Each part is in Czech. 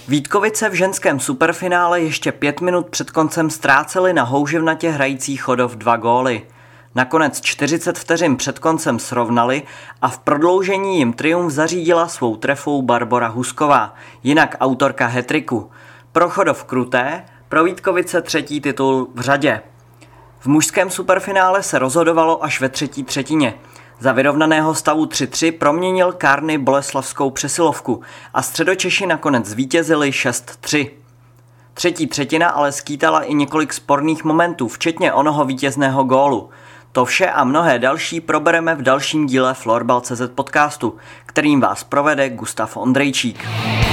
Vítkovice v ženském superfinále ještě 5 minut před koncem ztráceli na houževnatě hrající Chodov 2 góly. Nakonec 40 vteřin před koncem srovnali a v prodloužení jim triumf zařídila svou trefou Barbora Husková, jinak autorka hat-tricku. Pro Chodov kruté, pro Vítkovice 3. titul v řadě. V mužském superfinále se rozhodovalo až ve 3. třetině. Za vyrovnaného stavu 3-3 proměnil Kárny boleslavskou přesilovku a Středočeši nakonec zvítězili 6-3. 3. třetina ale skýtala i několik sporných momentů, včetně onoho vítězného gólu. To vše a mnohé další probereme v dalším díle Florbal.cz podcastu, kterým vás provede Gustav Ondrejčík.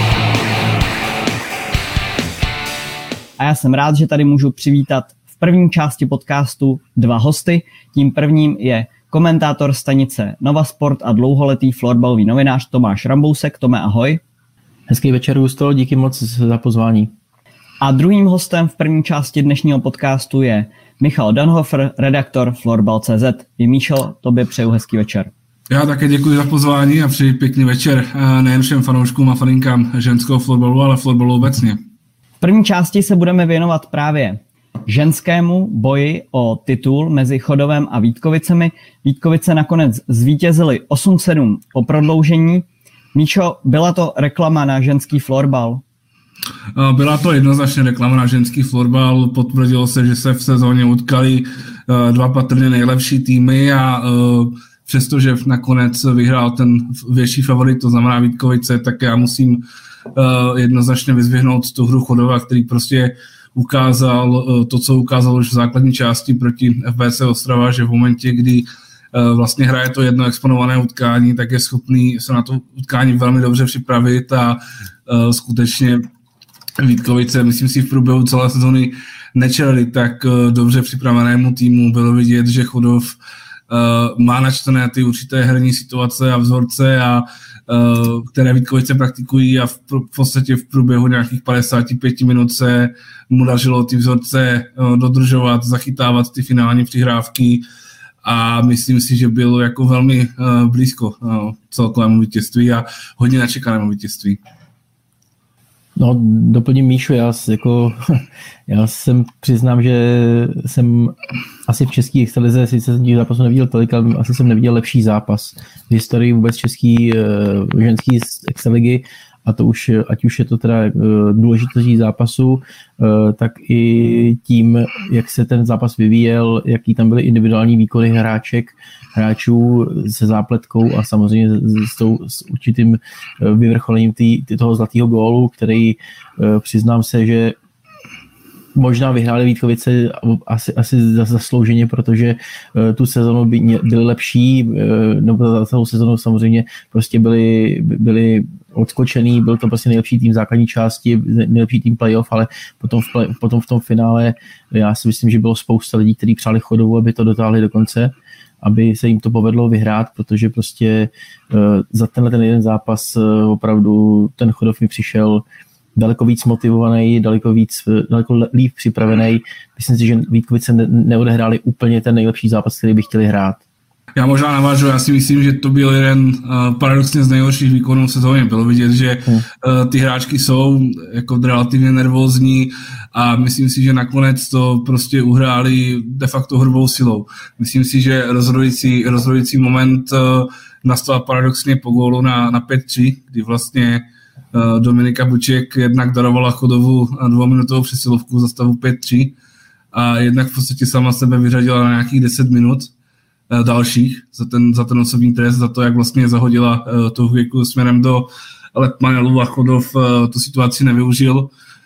A já jsem rád, že tady můžu přivítat v první části podcastu 2 hosty. Tím prvním je komentátor stanice Nova Sport a dlouholetý florbalový novinář Tomáš Rambousek. Tome, ahoj. Hezký večer, Gusto, díky moc za pozvání. A druhým hostem v první části dnešního podcastu je Michal Danhofer, redaktor Florbal.cz. I Míšo, tobě přeju hezký večer. Já také děkuji za pozvání a přeji pěkný večer nejen všem fanouškům a faninkám ženského florbalu, ale florbalu obecně. V první části se budeme věnovat právě ženskému boji o titul mezi Chodovem a Vítkovicemi. Vítkovice nakonec zvítězily 8-7 po prodloužení. Míšo, byla to reklama na ženský florbal? Byla to jednoznačně reklama na ženský florbal. Potvrdilo se, že se v sezóně utkali 2 patrně nejlepší týmy a přestože nakonec vyhrál ten větší favorit, to znamená Vítkovice, tak já musím jednoznačně vyzvihnout tu hru Chodova, který prostě ukázal to, co ukázal už v základní části proti FBC Ostrava, že v momentě, kdy vlastně hraje to jedno exponované utkání, tak je schopný se na to utkání velmi dobře připravit a skutečně Vítkovice, myslím si, v průběhu celé sezony nečelili tak dobře připravenému týmu. Bylo vidět, že Chodov má načtené ty určité herní situace a vzorce, které Vítkovice praktikují a v podstatě v průběhu nějakých 55 minut se mu dařilo ty vzorce dodržovat, zachytávat ty finální přihrávky a myslím si, že bylo jako velmi blízko celkovému vítězství a hodně načekanému vítězství. No, doplním Míšu, já jsem přiznám, že jsem asi v české extralize, sice jsem těch zápasů neviděl tolik, ale asi jsem neviděl lepší zápas v historii vůbec české ženské extraligy, a to už, ať už je to teda důležitostí zápasu, tak i tím, jak se ten zápas vyvíjel, jaký tam byly individuální výkony hráčů se zápletkou a samozřejmě s určitým vyvrcholením toho zlatého gólu, který přiznám se, že možná vyhráli Vítkovice asi zaslouženě, protože tu sezonu byly lepší, nebo za celou sezonu samozřejmě prostě byli odskočený, byl to prostě nejlepší tým základní části, nejlepší tým playoff, ale potom v tom finále já si myslím, že bylo spousta lidí, kteří přáli Chodovu, aby to dotáhli do konce, aby se jim to povedlo vyhrát, protože prostě za ten jeden zápas opravdu ten Chodov mi přišel daleko víc motivovaný, daleko líp připravený. Myslím si, že Vítkovice neodehráli úplně ten nejlepší zápas, který by chtěli hrát. Já možná navážu, já si myslím, že to byl jeden paradoxně z nejhorších výkonů v sezóně. Bylo vidět, že ty hráčky jsou jako relativně nervózní a myslím si, že nakonec to prostě uhráli de facto hrubou silou. Myslím si, že rozhodující moment nastal paradoxně po gólu na 5-3, kdy vlastně Dominika Buček jednak darovala Chodovu 2minutovou přesilovku za stavu 5-3 a jednak v podstatě sama sebe vyřadila na nějakých 10 minut dalších za ten osobní trest, za to, jak vlastně zahodila tu hvěku směrem do letmanelu a Chodov tu situaci nevyužil.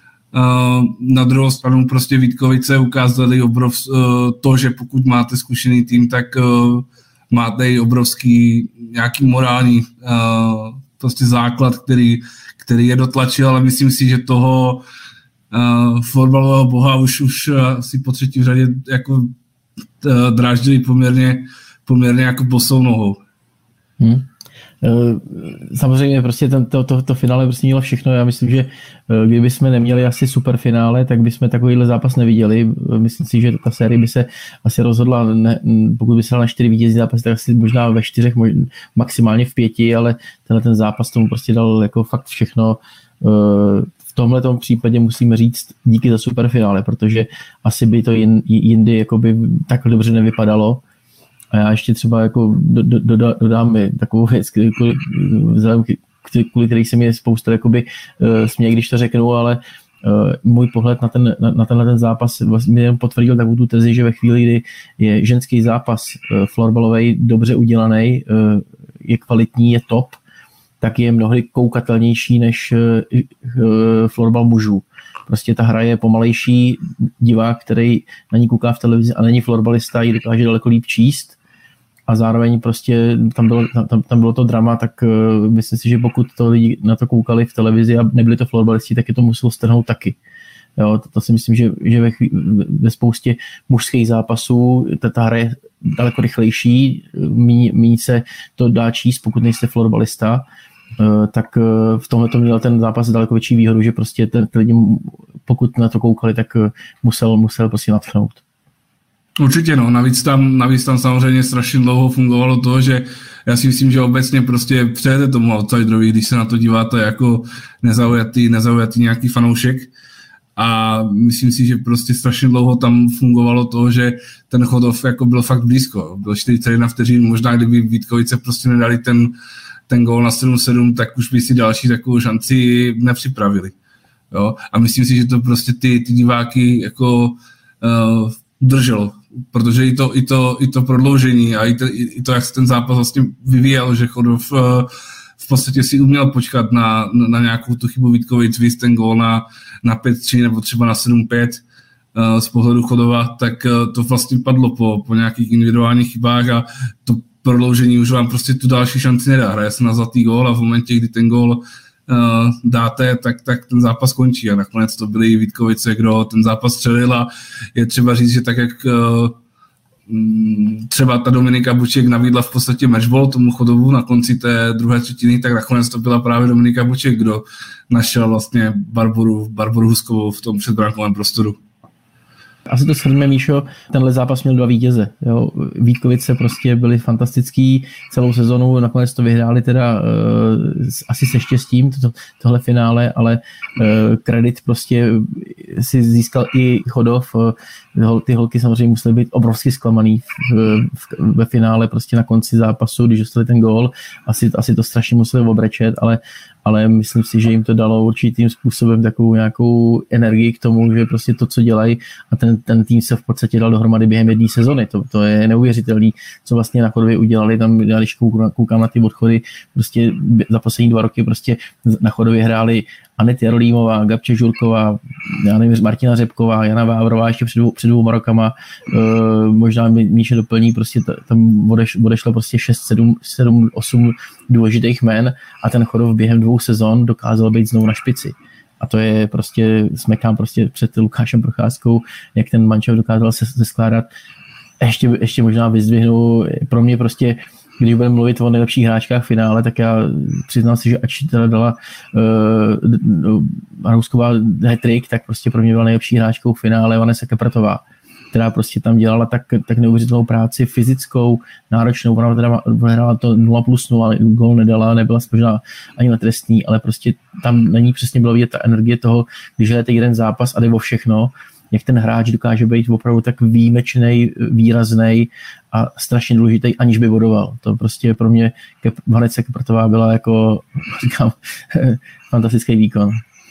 Na druhou stranu prostě Vítkovice ukázali to, že pokud máte zkušený tým, tak máte i obrovský nějaký morální prostě základ, který je dotlačil, ale myslím si, že toho fotbalového boha už asi po 3. v řadě jako dráždili poměrně jako bosou nohou. Samozřejmě prostě to finále prostě mělo všechno. Já myslím, že kdyby jsme neměli asi superfinále, tak bychom takovýhle zápas neviděli. Myslím si, že ta série by se asi rozhodla, pokud by se dala na 4 vítězí zápas, tak asi možná ve 4, maximálně v 5, ale ten zápas tomu prostě dal jako fakt všechno. tomhletom případě musíme říct díky za superfinále, protože asi by to jindy jakoby tak dobře nevypadalo. A já ještě třeba jako dodám takovou věc, kvůli který se mi spousta jakoby směje, když to řeknu, ale můj pohled na tenhle zápas mi jen potvrdil takovou tu tezi, že ve chvíli, kdy je ženský zápas florbalový dobře udělaný, je kvalitní, je top, tak je mnohdy koukatelnější než florbal mužů. Prostě ta hra je pomalejší, divák, který na ní kouká v televizi a není florbalista, ji dokáže daleko líp číst a zároveň prostě tam bylo to drama, tak myslím si, že pokud to lidi na to koukali v televizi a nebyli to florbalisti, tak je to muselo strhnout taky. Jo, to si myslím, že ve spoustě mužských zápasů ta hra je daleko rychlejší, méně se to dá číst, pokud nejste florbalista, tak v tomhle to měl ten zápas daleko větší výhodu, že prostě ty lidi, pokud na to koukali, tak musel prostě natchnout. Určitě no, navíc tam samozřejmě strašně dlouho fungovalo to, že já si myslím, že obecně prostě přejete tomu outsiderovi, když se na to díváte jako nezaujatý nějaký fanoušek. A myslím si, že prostě strašně dlouho tam fungovalo to, že ten Chodov jako byl fakt blízko. Byl 41 vteřin, možná kdyby Vítkovice prostě nedali ten gól na 7-7, tak už by si další takovou šanci nepřipravili. Jo? A myslím si, že to prostě ty diváky jako udrželo, protože i to prodloužení a i to, jak se ten zápas vlastně vyvíjel, že Chodov v podstatě si uměl počkat na nějakou tu chybu Vítkovic, víc ten gól na 5-3 nebo třeba na 7-5 z pohledu Chodova, tak to vlastně padlo po nějakých individuálních chybách a to prodloužení už vám prostě tu další šanci nedá. Hraje se na zlatý gól a v momentě, kdy ten gól dáte, tak ten zápas končí a nakonec to byly Vítkovice, kdo ten zápas střelil a je třeba říct, že tak jak třeba ta Dominika Buček nabídla v podstatě matchball tomu Chodovu na konci té druhé třetiny, tak nakonec to byla právě Dominika Buček, kdo našel vlastně Barboru Huskovou v tom předbrankovém prostoru. Asi to shrneme, Míšo, tenhle zápas měl 2 vítěze. Jo. Vítkovice prostě byli fantastický celou sezonu, nakonec to vyhráli teda asi se štěstím, tohle finále, ale kredit prostě si získal i Chodov. Ty holky samozřejmě musely být obrovsky zklamaný ve finále, prostě na konci zápasu, když dostali ten gól, asi to strašně museli obrečet, ale myslím si, že jim to dalo určitým způsobem takovou nějakou energii k tomu, že prostě to, co dělají a ten tým se v podstatě dal dohromady během jedné sezony. To je neuvěřitelný, co vlastně na Chodově udělali. Tam, když koukám na ty odchody, prostě za poslední 2 roky prostě na Chodově hráli Anet Jarolímová, Gabče Žurková, já nevím, Martina Řepková, Jana Vávrová ještě před 2 rokama, možná Míše doplní, prostě tam odešlo prostě 6, 7, 8 důležitých jmen a ten Chodov během 2 sezon dokázal být znovu na špici. A to je prostě, smekám prostě před Lukášem Procházkou, jak ten mančev dokázal se skládat. Ještě možná vyzdvihnu, pro mě prostě, když budeme mluvit o nejlepších hráčkách v finále, tak já přiznám si, že ač teda dala Harousková hat-trick, tak prostě pro mě byla nejlepší hráčkou v finále Vanessa Kepratová, která prostě tam dělala tak neuvěřitelnou práci fyzickou, náročnou, ona teda hrála to 0+0, gól nedala, nebyla možná ani na trestný, ale prostě tam na ní přesně bylo vidět ta energie toho, když hrajete jeden zápas a jde o všechno, jak ten hráč dokáže být opravdu tak výjimečnej, výraznej a strašně důležitý, aniž by bodoval. To prostě pro mě Vanessa Kepratová byla jako, říkám, fantastický výkon.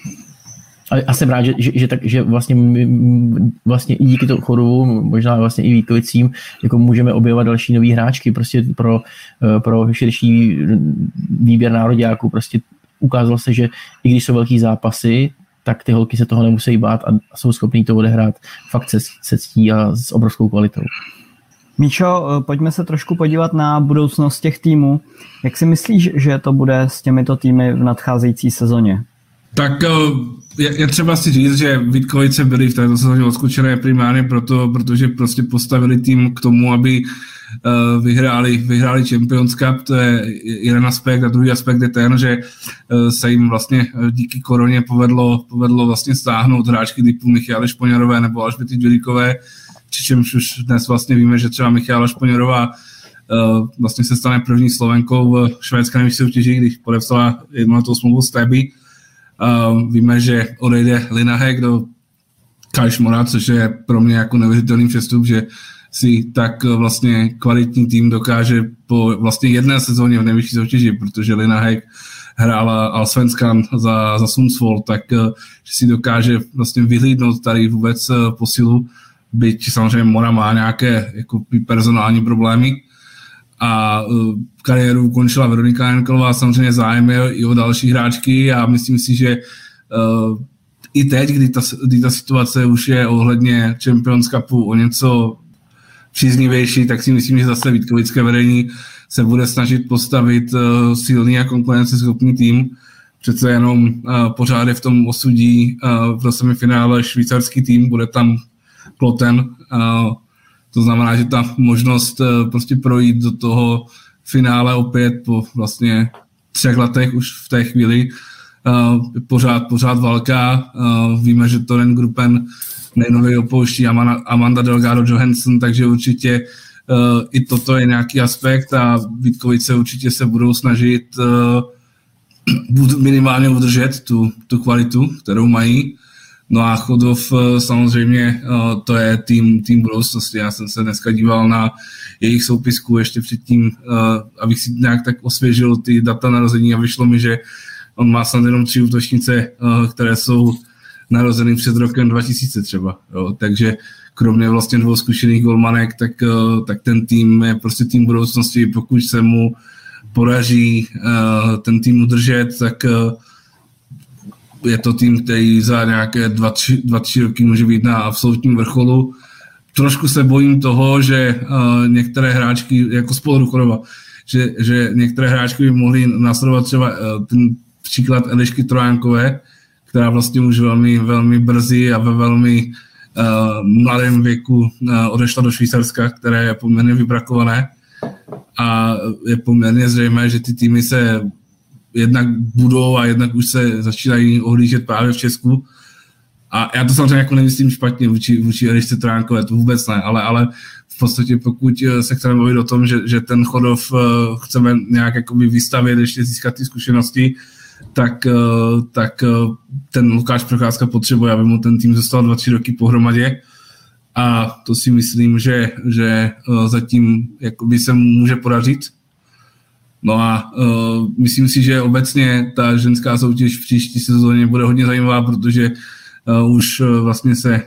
A jsem rád, že vlastně i díky tomu Chodovu, možná vlastně i Vítkovicím, jako můžeme objevovat další nový hráčky prostě pro širší výběr nároďáků. Prostě ukázalo se, že i když jsou velký zápasy, tak ty holky se toho nemusí bát a jsou schopní to odehrát fakt se ctí a s obrovskou kvalitou. Míšo, pojďme se trošku podívat na budoucnost těch týmů. Jak si myslíš, že to bude s těmito týmy v nadcházející sezóně? Tak je třeba si říct, že Vítkovice byly v této sezóně odskočené primárně protože prostě postavili tým k tomu, aby vyhráli Champions Cup, to je jeden aspekt a druhý aspekt je ten, že se jim vlastně díky koroně povedlo vlastně stáhnout hráčky typu Michály Špoňarové nebo Alžběty Džuríkové, přičemž už dnes vlastně víme, že třeba Michála Špoňarová vlastně se stane první Slovenkou v švédské nejvyšší soutěži, když podepsala jednoletou smlouvu s Täby. Víme, že odejde Linahe do Kajšmora, což je pro mě jako neuvěřitelný přestup, že si tak vlastně kvalitní tým dokáže po vlastně jedné sezóně v nejvyšší soutěži, protože Linahe hrála Allsvenskan za Sundsvall, tak že si dokáže vlastně vyhlídnout tady vůbec posilu, byť samozřejmě Mora má nějaké jako personální problémy a kariéru ukončila Veronika Henkelová, samozřejmě zájem je i o další hráčky a myslím si, že i teď, kdy ta situace už je ohledně Champions Cupu o něco příznivější, tak si myslím, že zase Vítkovické vedení se bude snažit postavit silný a konkurenceschopný tým. Přece jenom pořád je v tom osudí v semifinále švýcarský tým, bude tam Kloten. To znamená, že ta možnost prostě projít do toho finále opět po vlastně 3 letech už v té chvíli pořád velká. Víme, že Toren Gruppen nejnověji opouští Amanda Delgado Johansson, takže určitě i toto je nějaký aspekt a Vítkovice určitě se budou snažit minimálně udržet tu kvalitu, kterou mají. No a Chodov samozřejmě to je tým budoucnosti. Já jsem se dneska díval na jejich soupisku ještě předtím, abych si nějak tak osvěžil ty data narození a vyšlo mi, že on má snad jenom 3 útočnice, které jsou narozeny před rokem 2000 třeba. Jo. Takže kromě vlastně 2 zkušených golmanek, tak ten tým je prostě tým budoucnosti. Pokud se mu podaří ten tým udržet, tak je to tým, který za nějaké 2-3 roky může být na absolutním vrcholu. Trošku se bojím toho, že některé hráčky, jako z pohledu Chodova, že některé hráčky by mohly následovat třeba ten příklad Elišky Trojánkové, která vlastně už velmi, velmi brzy a ve velmi mladém věku odešla do Švýcarska, které je poměrně vybrakované a je poměrně zřejmé, že ty týmy se jednak budou a jednak už se začínají ohlížet právě v Česku. A já to samozřejmě jako nemyslím špatně vůči Elišce Trojánkové, to vůbec ne, ale v podstatě pokud se chceme mluvit o tom, že ten Chodov chceme nějak jakoby vystavět, ještě získat ty zkušenosti, tak ten Lukáš Procházka potřebuje, aby mu ten tým zůstal 2-3 roky pohromadě a to si myslím, že zatím jakoby se mu může podařit. No a myslím si, že obecně ta ženská soutěž v příští sezóně bude hodně zajímavá, protože už vlastně se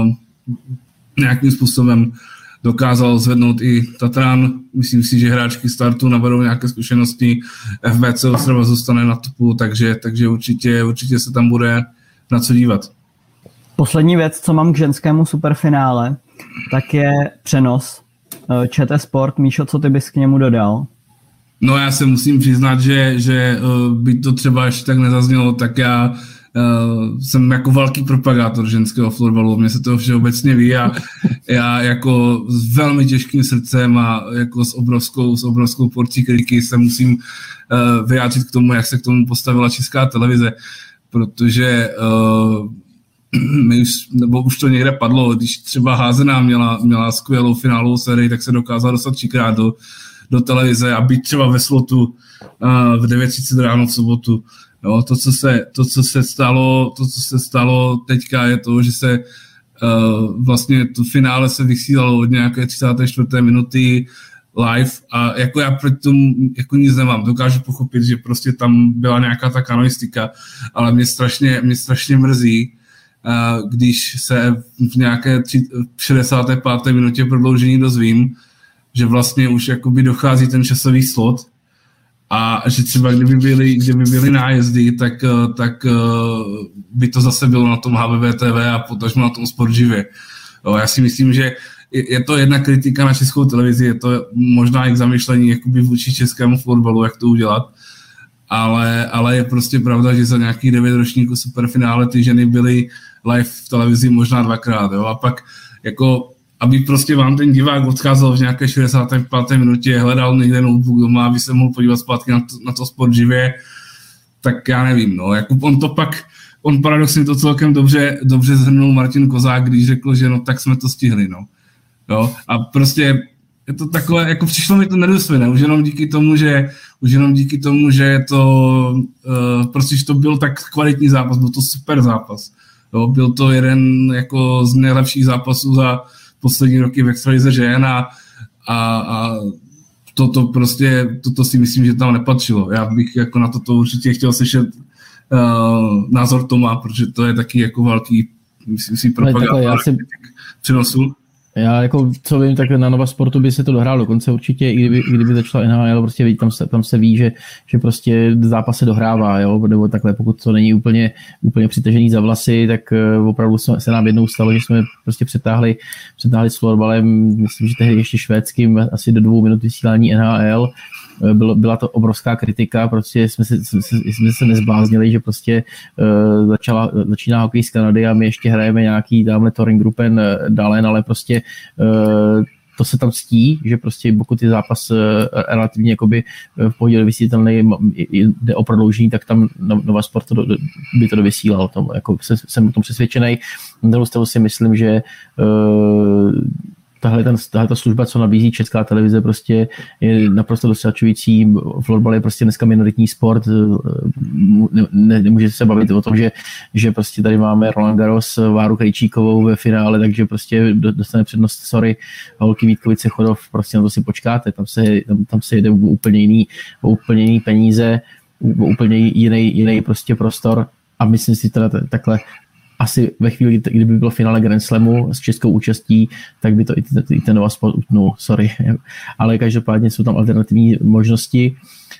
nějakým způsobem dokázal zvednout i Tatran. Myslím si, že hráčky startu naberou nějaké zkušenosti. FBC Ostrava zůstane na topu, takže určitě se tam bude na co dívat. Poslední věc, co mám k ženskému superfinále, tak je přenos ČT Sport. Míšo, co ty bys k němu dodal? No já se musím přiznat, že by to třeba ještě tak nezaznělo, tak já jsem jako velký propagátor ženského florbalu, mně se to všeobecně ví a já jako s velmi těžkým srdcem a jako s obrovskou porcí kritiky se musím vyjádřit k tomu, jak se k tomu postavila Česká televize, protože už to někde padlo, když třeba Házená měla skvělou finálovou sérii, tak se dokázala dostat 3krát do televize a být třeba ve slotu v 9:30 ráno v sobotu. Jo, to, co se stalo teďka, je to, že se vlastně to finále se vysílalo od nějaké 34. minuty live a jako já proti tomu jako nic nemám. Dokážu pochopit, že prostě tam byla nějaká ta kanoistika, ale mě strašně mrzí, když se v nějaké 65. minutě prodloužení dozvím, že vlastně už jakoby dochází ten časový slot a že třeba kdyby byly nájezdy, tak by to zase bylo na tom HBB TV a potažmo na tom Sport živě. Já si myslím, že je to jedna kritika na Českou televizi, je to možná i k zamýšlení jakoby vůči českému fotbalu, jak to udělat, ale je prostě pravda, že za nějakých 9 ročníků superfinále ty ženy byly live v televizi možná 2krát. Jo? A pak jako aby prostě vám ten divák odcházel v nějaké 65. minutě, hledal někde notebook doma, aby se mohl podívat zpátky na to Sport živě, tak já nevím. No. Jako on paradoxně to celkem dobře zhrnul Martin Kozák, když řekl, že no tak jsme to stihli. No. Jo? A prostě je to takové, jako přišlo mi to nedůstojné, už jenom díky tomu, že už jenom díky tomu, že to prostě, že to byl tak kvalitní zápas, byl to super zápas. Jo, byl to jeden jako z nejlepších zápasů za poslední roky v extralize žen a toto si myslím, že tam nepatřilo. Já bych jako na toto určitě chtěl slyšet názor Toma, protože to je taky jako velký, myslím si, propaganda přenosu. Já jako, co vím, tak na Nova Sportu by se to dohrálo dokonce určitě, i kdyby začala NHL, prostě tam se ví, že prostě zápas se dohrává, jo, nebo takhle, pokud to není úplně přitažený za vlasy, tak opravdu se nám jednou stalo, že jsme prostě přetáhli s florbalem, myslím, že tehdy ještě švédským, asi do 2 minut vysílání NHL. Byla to obrovská kritika, prostě jsme se nezbláznili, že prostě začíná hokej z Kanady a my ještě hrajeme nějaký tamhle Thorengruppen Dalen, ale prostě to se tam ctí, že prostě pokud je zápas relativně jakoby v pohodě vysílatelný, jde o prodloužení, tak tam Nova Sport by to dovysílal. Jako jsem o tom přesvědčenej. Na druhou stranu si myslím, že tahle ta služba, co nabízí Česká televize, prostě je naprosto dostačující. Florbal je prostě dneska minoritní sport. Nemůže se bavit o tom, že prostě tady máme Roland Garros, Váru Krejčíkovou ve finále, takže prostě dostane přednost, sorry, holky Vítkovice Chodov, prostě na to si počkáte. Tam se jde o úplně jiný peníze, o úplně jiný prostě prostor a myslím si teda takhle asi ve chvíli, kdyby bylo finále Grand Slamu s českou účastí, tak by to i ten Nova Sport utnul, sorry. Ale každopádně jsou tam alternativní možnosti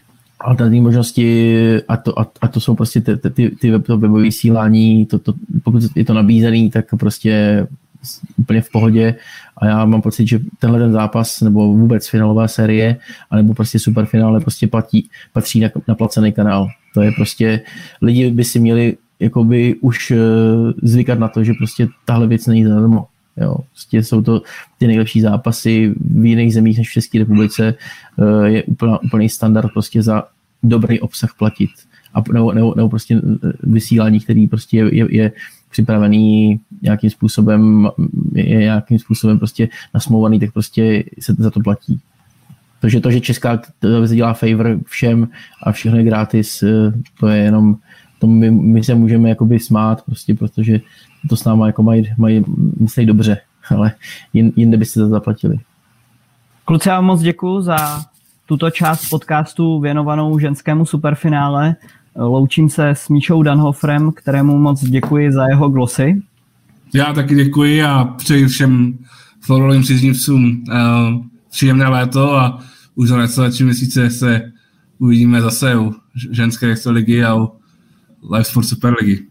a to jsou prostě ty webové vysílání, pokud je to nabízený, tak prostě úplně v pohodě a já mám pocit, že tenhle ten zápas nebo vůbec finálová série anebo prostě superfinále prostě patří na placený kanál. To je prostě, lidi by si měli jakoby už zvykat na to, že prostě tahle věc není zadarmo. Jo, prostě jsou to ty nejlepší zápasy v jiných zemích než v České republice. Je úplný standard prostě za dobrý obsah platit. Nebo prostě vysílání, který prostě je připravený nějakým způsobem prostě nasmouvaný, tak prostě se za to platí. Takže to, že Česká televize dělá favor všem a všechno je gratis, to je jenom my se můžeme jakoby smát, prostě, protože to s náma jako mají myslí dobře, ale jinde byste to zaplatili. Kluci, já vám moc děkuju za tuto část podcastu věnovanou ženskému superfinále. Loučím se s Míšou Danhoferem, kterému moc děkuji za jeho glosy. Já taky děkuji a přeji všem florbalovým příznivcům příjemné léto a už za necelé měsíce se uvidíme zase u ženské extraligy a u Live Sport Superligy.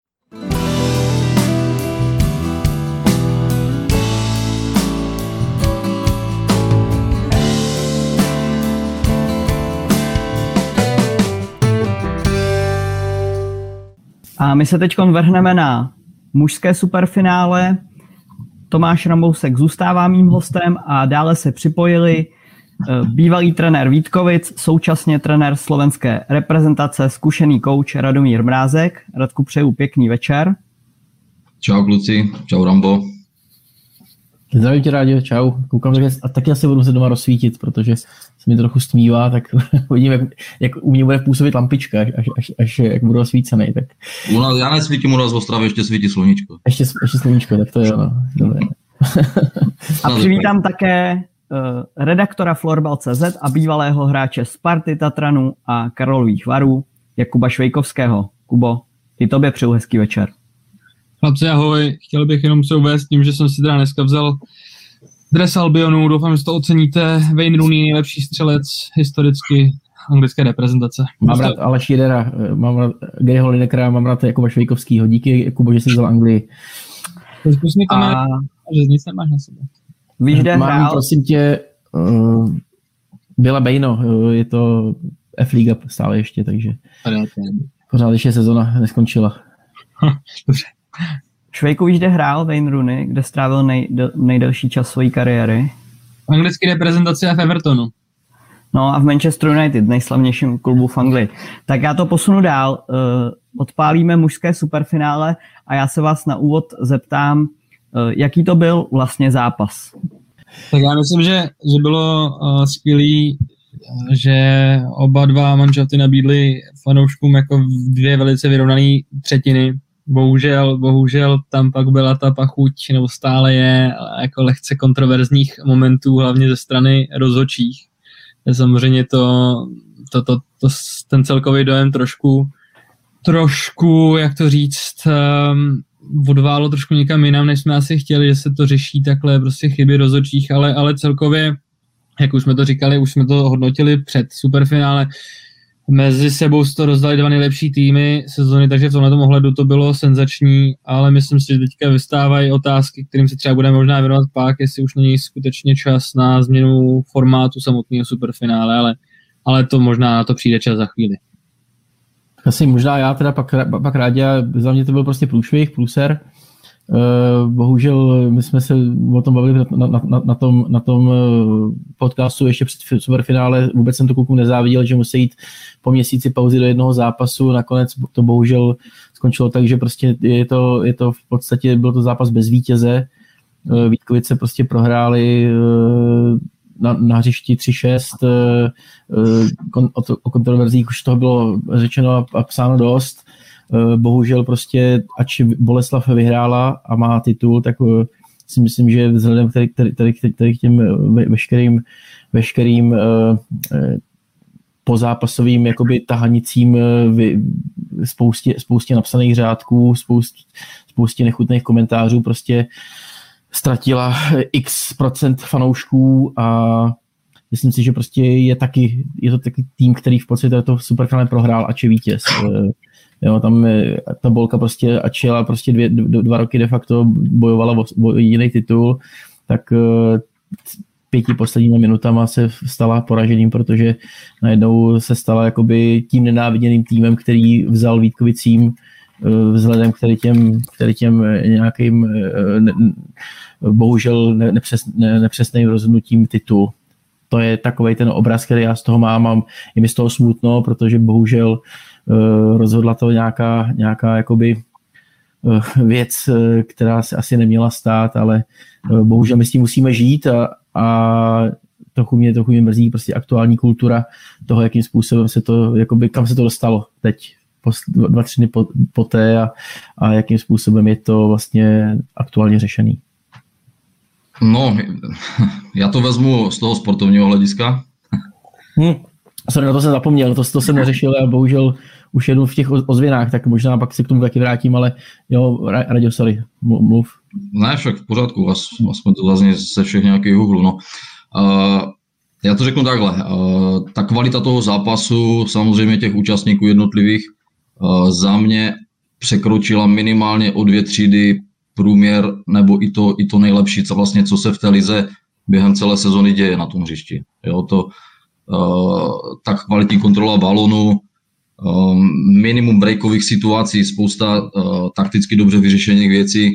A my se teď vrhneme na mužské superfinále. Tomáš Rambousek zůstává mým hostem a dále se připojili bývalý trenér Vítkovic, současně trenér slovenské reprezentace, zkušený kouč Radomír Mrázek. Radku, přeju pěkný večer. Čau kluci, čau Rambo. Zdravím tě, Rádio, čau. Koukám, že a taky asi budu se doma rozsvítit, protože se mi to trochu stmívá, tak uvidím, jak u mě bude působit lampička, až jak budu osvícený. Tak. Já nesvítím, u nás v Ostravě ještě svítí sluníčko. Ještě sluníčko, tak to je ono. Dobré. A přivítám také redaktora Florbal.cz a bývalého hráče Sparty, Tatranu a Karlových Varů Jakuba Švejkovského. Kubo, i tobě přeju hezký večer. Chlapci, ahoj. Chtěl bych jenom se uvést tím, že jsem si teda dneska vzal dres Albionu. Doufám, že to oceníte. Wayne Rooney, nejlepší střelec historicky anglické reprezentace. Mám rád Aleš Jidera, mám rád Garyho Linekera, mám rád Jakuba Švejkovskýho. Díky, Jakubo, že jsi vzal Anglii. Že nic nemáš na sebe. Víš, kde hrál? Prosím tě, byla Bejno, je to F-liga stále ještě, takže pořád ještě sezona neskončila. Dobře. Švejku, víš, kde hrál Wayne Rooney, kde strávil nejdelší čas své kariéry? V anglické reprezentaci a v Evertonu. No a v Manchester United, nejslavnějším klubu v Anglii. Tak já to posunu dál. Odpálíme mužské superfinále a já se vás na úvod zeptám, jaký to byl vlastně zápas? Tak já myslím, že bylo skvělý že oba dva manšafty nabídly fanouškům jako 2 velice vyrovnané třetiny. Bohužel tam pak byla ta pachuť, nebo stále je jako lehce kontroverzních momentů, hlavně ze strany rozhodčích. Samozřejmě ten celkový dojem trošku, jak to říct, odválo trošku někam jinam, než jsme asi chtěli, že se to řeší takhle prostě chyby rozhodčích, ale celkově, jak už jsme to říkali, už jsme to hodnotili před superfinále, mezi sebou to rozdali 2 nejlepší týmy sezony, takže v tomhle ohledu to bylo senzační, ale myslím si, že teďka vystávají otázky, kterým se třeba budeme možná věnovat pak, jestli už není skutečně čas na změnu formátu samotného superfinále, ale to možná na to přijde čas za chvíli. Asi možná já teda pak rádi, za mě to byl prostě průser. Bohužel my jsme se o tom bavili na tom podcastu ještě před superfinále, vůbec jsem to klukům nezáviděl, že musí jít po měsíci pauzy do jednoho zápasu, nakonec to bohužel skončilo tak, že prostě je to v podstatě, byl to zápas bez vítěze, Vítkovice prostě prohráli na hřišti 3-6, o kontroverzích už toho bylo řečeno a psáno dost. Bohužel prostě, ač Boleslav vyhrála a má titul, tak si myslím, že vzhledem k těm veškerým pozápasovým jakoby tahanicím spoustě napsaných řádků, spoustě nechutných komentářů, prostě ztratila x% fanoušků a myslím si, že prostě je to taky tým, který v podstatě to superfinále prohrál, ač je vítěz. Jo, tam ta Bolka prostě ačila prostě 2 roky de facto bojovala o jediný titul, tak 5 posledními minutama se stala poraženým, protože najednou se stala jakoby tím nenáviděným týmem, který vzal Vítkovicím vzhledem k těm nějakým bohužel nepřesným rozhodnutím titul. To je takovej ten obraz, který já z toho mám. Je mi z toho smutno, protože bohužel rozhodla to nějaká jakoby věc, která se asi neměla stát, ale bohužel my s tím musíme žít a trochu mě mrzí prostě aktuální kultura toho, jakým způsobem se to, jakoby, kam se to dostalo teď, 2-3 dny poté a jakým způsobem je to vlastně aktuálně řešený. No, já to vezmu z toho sportovního hlediska. Sorry, na to jsem zapomněl, to jsem neřešil a bohužel už jedu v těch ozvěnách, tak možná pak si k tomu taky vrátím, ale jo, Raďo, sorry, mluv. Ne, však v pořádku, jsme to zazně ze všech nějakých úhlů. No. Já to řeknu takhle, ta kvalita toho zápasu, samozřejmě těch účastníků jednotlivých, za mě překročila minimálně o 2 třídy průměr, nebo i to nejlepší, co se v té lize během celé sezony děje na tom hřišti. Jo, tak kvalitní kontrola balonu, minimum breakových situací, spousta takticky dobře vyřešených věcí.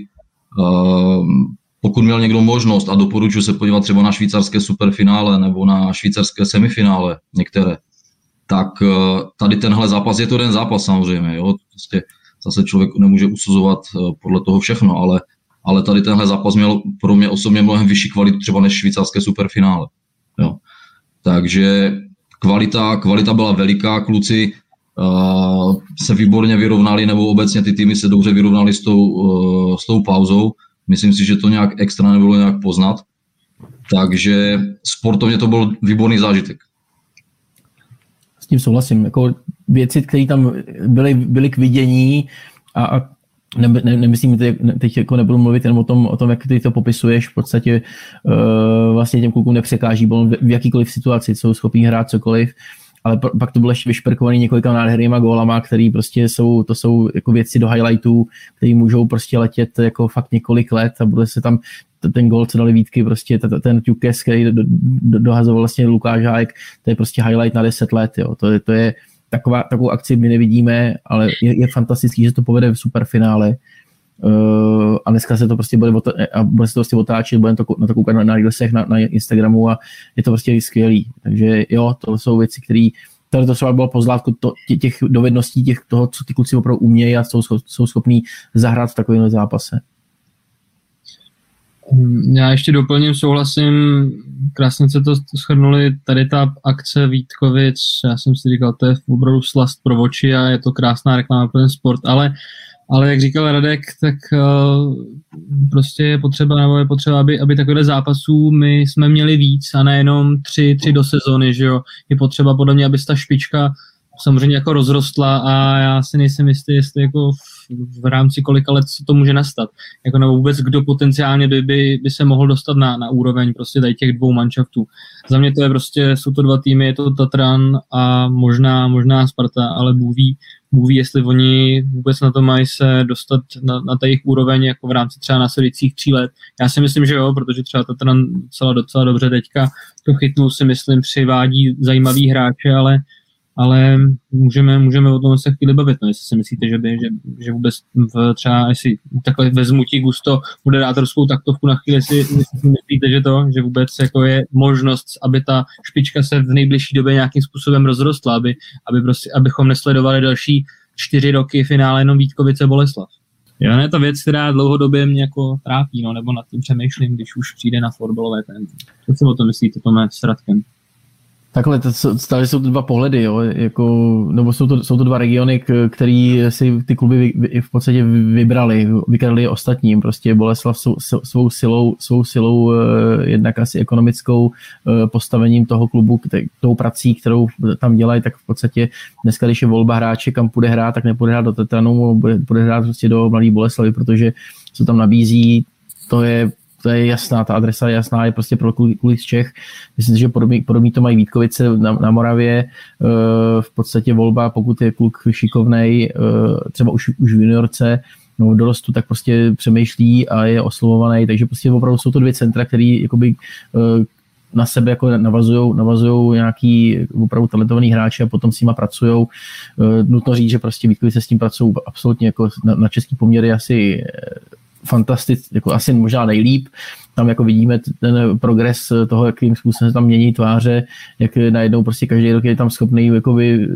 Pokud měl někdo možnost, a doporučuji se podívat třeba na švýcarské superfinále nebo na švýcarské semifinále některé, tak tady tenhle zápas, je to jeden zápas samozřejmě, jo? Prostě zase člověk nemůže usuzovat podle toho všechno, ale tady tenhle zápas měl pro mě osobně mnohem vyšší kvalitu třeba než švýcarské superfinále. Jo? Takže kvalita byla veliká, kluci se výborně vyrovnali, nebo obecně ty týmy se dobře vyrovnali s tou pauzou. Myslím si, že to nějak extra nebylo nějak poznat. Takže sportovně to byl výborný zážitek. S tím souhlasím. Jako věci, které tam byly k vidění a nemyslím, teď jako nebudu mluvit jenom o tom, jak ty to popisuješ, v podstatě vlastně těm klukům nepřekáží, bylo v jakýkoliv situaci, jsou schopní hrát cokoliv, ale pak to bylo ještě vyšperkovaný několika nádhernýma gólama, který prostě to jsou jako věci do highlightů, které můžou prostě letět jako fakt několik let a bude se tam ten gól, co dali Vítky, prostě ten Ťukes, který dohazoval vlastně Lukáš Hájek, to je prostě highlight na 10 let, jo. To je takovou akci my nevidíme, ale je fantastický, že to povede v superfinále. A dneska se to prostě bude se to prostě otáčet, budeme na to koukat na Reelsech, na Instagramu a je to prostě skvělý. Takže jo, to jsou věci, které to třeba bylo pozlátko těch dovedností, toho, co ty kluci opravdu umějí a jsou schopní zahrát v takovém zápase. Já ještě doplním, souhlasím, krásně se to shrnuli, tady ta akce Vítkovic, já jsem si říkal, to je opravdu slast pro oči a je to krásná reklama pro ten sport, ale jak říkal Radek, tak prostě je potřeba, aby takovýchhle zápasů my jsme měli víc a nejenom tři do sezony, že jo. Je potřeba podle mě, aby ta špička samozřejmě jako rozrostla a já si nejsem jistý, jestli jako v rámci kolika let to může nastat. Jako nebo vůbec kdo potenciálně by se mohl dostat na úroveň prostě tady těch dvou manšaftů. Za mě to je prostě, jsou to dva týmy, je to Tatran a možná Sparta, ale Bůh ví, jestli oni vůbec na to mají se dostat na ta jejich úroveň jako v rámci třeba následujících 3 let. Já si myslím, že jo, protože třeba Tatran docela dobře teďka to chytnul, si myslím, přivádí zajímavý hráče, ale můžeme o tom se chvíli bavit, no, jestli si myslíte, že vůbec třeba, jestli takhle vezmu ti Gusto moderátorskou taktovku na chvíli, jestli myslíte, že vůbec jako je možnost, aby ta špička se v nejbližší době nějakým způsobem rozrostla, abychom nesledovali další 4 roky finále jenom Vítkovice Boleslav. Jo, je to věc, která dlouhodobě mě jako trápí, no, nebo nad tím přemýšlím, když už přijde na florbalové téma. Co si o tom myslíte, Tome, s Radkem? Takhle, tady jsou to dva pohledy, jo, jako, nebo jsou to dva regiony, který si ty kluby v podstatě vykradli je ostatním, prostě Boleslav svou silou jednak asi ekonomickou postavením toho klubu, tou prací, kterou tam dělají, tak v podstatě dneska, když je volba hráče, kam půjde hrát, tak nepůjde hrát do Tetranu, bude hrát prostě do Mladé Boleslavy, protože co tam nabízí, to je jasná, ta adresa je jasná, je prostě pro kluky z Čech. Myslím si, že podobný to mají Vítkovice na Moravě. V podstatě volba, pokud je kluk šikovnej, třeba už v juniorce, no v dorostu, tak prostě přemýšlí a je oslovovaný, takže prostě opravdu jsou to 2 centra, který jakoby na sebe jako navazujou nějaký opravdu talentovaný hráči a potom s nima pracujou. Nutno říct, že prostě Vítkovice s tím pracují absolutně jako na český poměry asi fantasticky, jako asi možná nejlíp. Tam jako vidíme ten progres toho, jakým způsobem se tam mění tváře, jak najednou prostě každý rok je tam schopný, jakoby,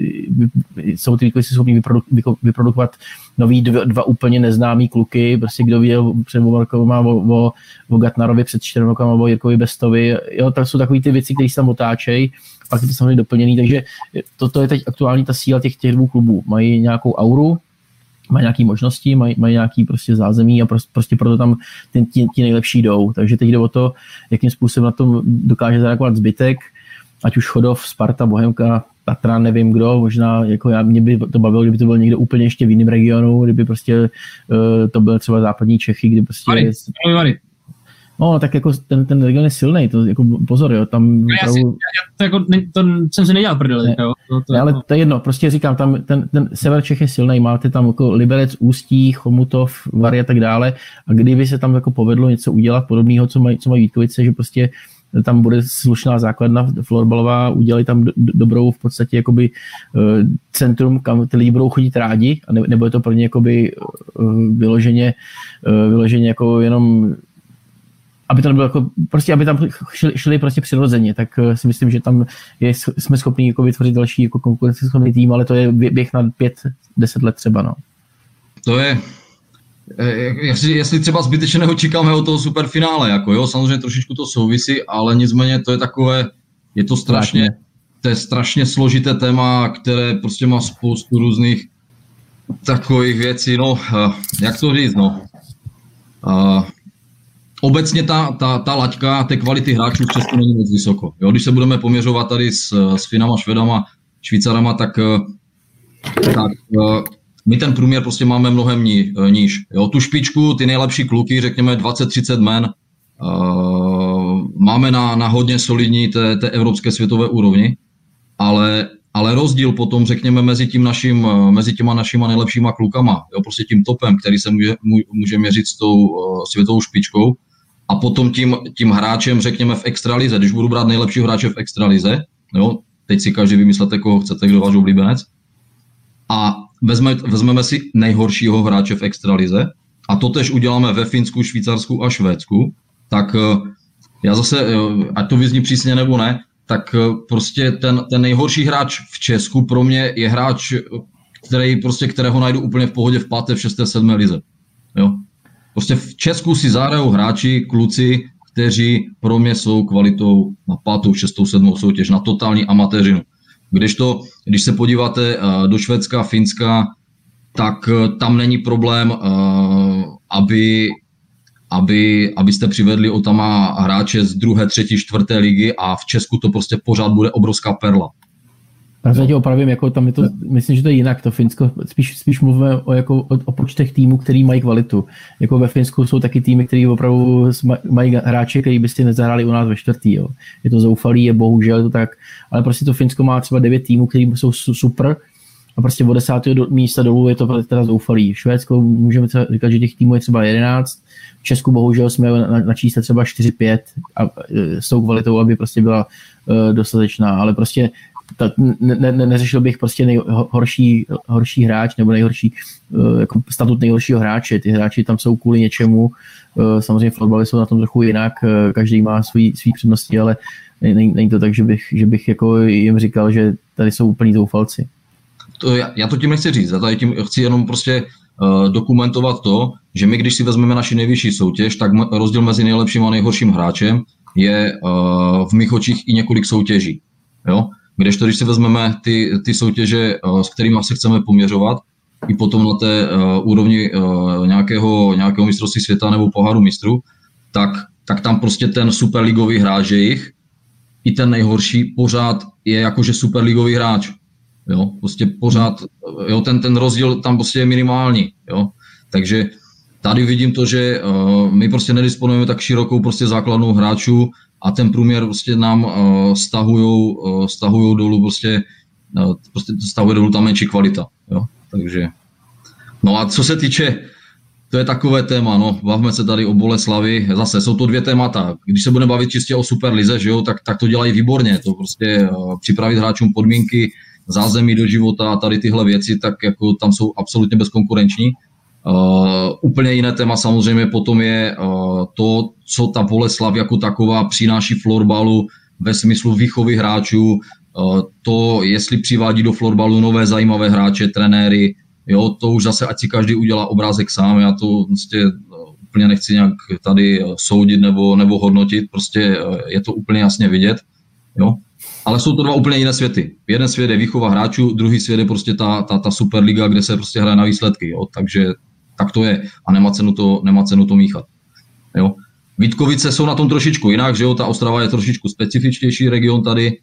jsou ty výkony schopný vyprodukovat nový 2 úplně neznámý kluky, prostě kdo viděl před Markovama o Gatnarovi před 4 rokama, o Jirkovi Bestovi, jo, tak jsou takový ty věci, které se tam otáčejí, pak je to samozřejmě doplněný, takže toto je teď aktuální ta síla těch 2 klubů. Mají nějakou auru, mají nějaké možnosti, mají nějaký prostě zázemí a prostě proto tam ti nejlepší jdou. Takže teď jde o to, jakým způsobem na tom dokáže zareagovat zbytek, ať už Chodov, Sparta, Bohemka, Tatran, nevím kdo, možná jako mě by to bavilo, kdyby to byl někdo úplně ještě v jiném regionu, kdyby prostě to byl třeba západní Čechy, kdy prostě... Vary. No, tak jako ten region je silný, to jako pozor, jo, tam... To jsem si nedělal prdele, jo. Ne, ale to je jedno, prostě říkám, tam ten sever Čech je silný, máte tam jako Liberec, Ústí, Chomutov, Vary a tak dále a kdyby se tam jako povedlo něco udělat podobného, co mají Vítkovice, že prostě tam bude slušná základna florbalová, udělají tam dobrou v podstatě jakoby centrum, kam ty lidi budou chodit rádi a nebo je to pro ně jakoby vyloženě jako jenom aby to nebylo jako, prostě aby tam šli prostě přirozeně, tak si myslím, že tam jsme schopni jako vytvořit další jako konkurenceschopný tým, ale to je běh na 5-10 let třeba, no. To je, jestli třeba zbytečně neočekáme od toho superfinále, jako jo, samozřejmě trošičku to souvisí, ale nicméně to je takové, to je strašně složité téma, které prostě má spoustu různých takových věcí, no, jak to říct, no. Obecně ta laťka té kvality hráčů v Česku není moc vysoko. Jo, když se budeme poměřovat tady s Finama, Švedama, Švýcarama, tak my ten průměr prostě máme mnohem níž. Jo, tu špičku, ty nejlepší kluky, řekněme 20-30 men, máme na hodně solidní té evropské světové úrovni, ale rozdíl potom, řekněme, mezi těma našima nejlepšíma klukama, jo, prostě tím topem, který se může měřit s tou světovou špičkou, a potom tím hráčem, řekněme, v extralize, když budu brát nejlepšího hráče v extralize, jo, teď si každý vymyslete, koho chcete, kdo váš oblíbenec, a vezmeme si nejhoršího hráče v extralize, a to tež uděláme ve Finsku, Švýcarsku a Švédsku, tak já zase, ať to vyzní přísně nebo ne, tak prostě ten nejhorší hráč v Česku pro mě je hráč, kterého najdu úplně v pohodě v 5., v 6., 7. lize. Jo? Prostě v Česku si zahrajou hráči, kluci, kteří pro mě jsou kvalitou na 5., 6., 7. soutěž, na totální amatéřinu. Když se podíváte do Švédska, Finska, tak tam není problém, abyste přivedli o tam hráče z 2., 3., 4. ligy a v Česku to prostě pořád bude obrovská perla. Já tě opravím, jako tam je to, myslím, že to je jinak, to Finsko, spíš mluvíme o počtech týmů, který mají kvalitu. Jako ve Finsku jsou taky týmy, který opravdu mají hráče, který byste nezahráli u nás ve 4. Jo. Je to zoufalý, je bohužel to tak, ale prostě to Finsko má třeba 9 týmů, který jsou super a prostě od 10. místa dolů je to teda zoufalý. V Švédsku můžeme říkat, že těch týmů je třeba 11, v Česku bohužel jsme na čísle třeba 4-5 a s tou kvalitou, aby prostě byla dostatečná, ale prostě neřešil bych prostě horší hráč nebo nejhorší jako statut nejhoršího hráče. Ty hráči tam jsou kvůli něčemu. Samozřejmě fotbaly jsou na tom trochu jinak, každý má svý přednosti, ale není to tak, že bych jako jim říkal, že tady jsou úplní zoufalci. Já to tím nechci říct, já tady tím chci jenom prostě dokumentovat to, že my, když si vezmeme naši nejvyšší soutěž, tak rozdíl mezi nejlepším a nejhorším hráčem je v mých očích i několik soutěží. Jo? Kdežto, když si vezmeme ty soutěže, s kterými se chceme poměřovat, i potom na té úrovni nějakého mistrovství světa nebo poháru mistrů, tak tam prostě ten superligový hráč jejich, i ten nejhorší, pořád je jakože superligový hráč. Jo? Prostě pořád, jo, ten rozdíl tam prostě je minimální. Jo? Takže tady vidím to, že my prostě nedisponujeme tak širokou prostě základnou hráčů, a ten průměr prostě nám stahujou dolů prostě stahuje dolů ta menší kvalita, jo, takže. No a co se týče, to je takové téma, no, bavme se tady o Boleslavi, zase jsou to 2 témata, když se budeme bavit čistě o Superlize, že jo, tak to dělají výborně, to prostě připravit hráčům podmínky, zázemí do života a tady tyhle věci, tak jako tam jsou absolutně bezkonkurenční. Úplně jiné téma samozřejmě potom je to, co ta Boleslav jako taková přináší florbalu ve smyslu výchovy hráčů, to, jestli přivádí do florbalu nové zajímavé hráče, trenéry, jo, to už zase ať si každý udělá obrázek sám, já to prostě úplně nechci nějak tady soudit nebo hodnotit, prostě je to úplně jasně vidět, jo. Ale jsou to 2 úplně jiné světy. Jeden svět je výchova hráčů, druhý svět je prostě ta Superliga, kde se prostě hraje na výsledky, jo, takže tak to je a nemá cenu to míchat. Jo. Vítkovice jsou na tom trošičku jinak, že jo, ta Ostrava je trošičku specifičtější region tady,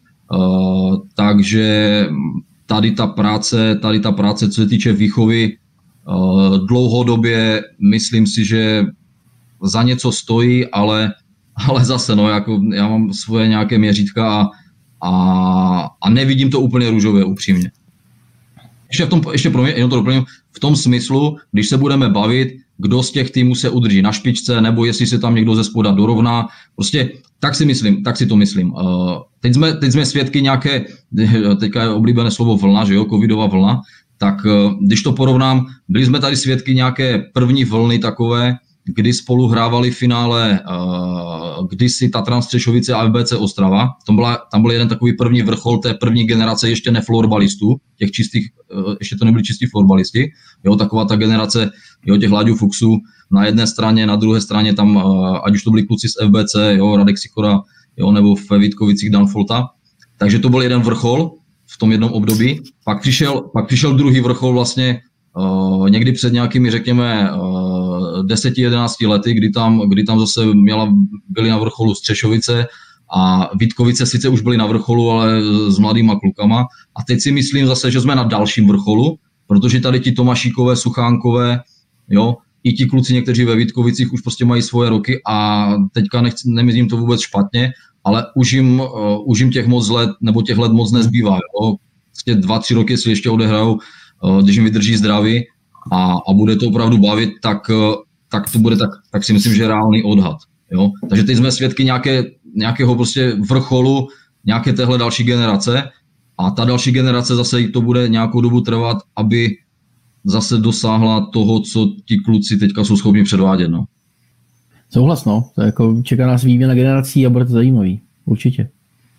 takže tady ta práce, co se týče výchovy, dlouhodobě myslím si, že za něco stojí, ale zase, no, jako já mám svoje nějaké měřítka a nevidím to úplně růžově, upřímně. Ještě pro mě, jenom to doplním, v tom smyslu, když se budeme bavit, kdo z těch týmů se udrží na špičce, nebo jestli se tam někdo ze spoda dorovná, prostě tak si to myslím. Teď jsme svědky nějaké, teďka je oblíbené slovo vlna, že jo, covidová vlna, tak když to porovnám, byli jsme tady svědky nějaké první vlny takové, kdy spolu hrávali finále kdysi Tatran Střešovice a FBC Ostrava. Tam byl jeden takový první vrchol té první generace ještě neflorbalistů, těch čistých, ještě to nebyli čistí florbalisti, jo, taková ta generace, jo, těch Láďů Fuchsů na jedné straně, na druhé straně tam, ať už to byli kluci z FBC, jo, Radek Sikora, jo, nebo ve Vítkovicích Dan Folta. Takže to byl jeden vrchol v tom jednom období. Pak přišel druhý vrchol vlastně někdy před nějakými, řekněme, 10-11 lety, kdy tam zase byli na vrcholu Střešovice a Vítkovice sice už byli na vrcholu, ale s mladýma klukama. A teď si myslím zase, že jsme na dalším vrcholu, protože tady ti Tomašíkové, Suchánkové, jo, i ti kluci někteří ve Vítkovicích už prostě mají svoje roky a teďka nemyslím to vůbec špatně, ale už jim těch let moc nezbývá. Jo. 2-3 roky si ještě odehrajou, když jim vydrží zdraví a bude to opravdu bavit, tak to bude tak si myslím, že reálný odhad. Jo? Takže teď jsme svědky nějakého prostě vrcholu nějaké téhle další generace a ta další generace zase to bude nějakou dobu trvat, aby zase dosáhla toho, co ti kluci teďka jsou schopni předvádět. No. Souhlas, no. To jako čeká nás výměna generací a bude to zajímavý. Určitě.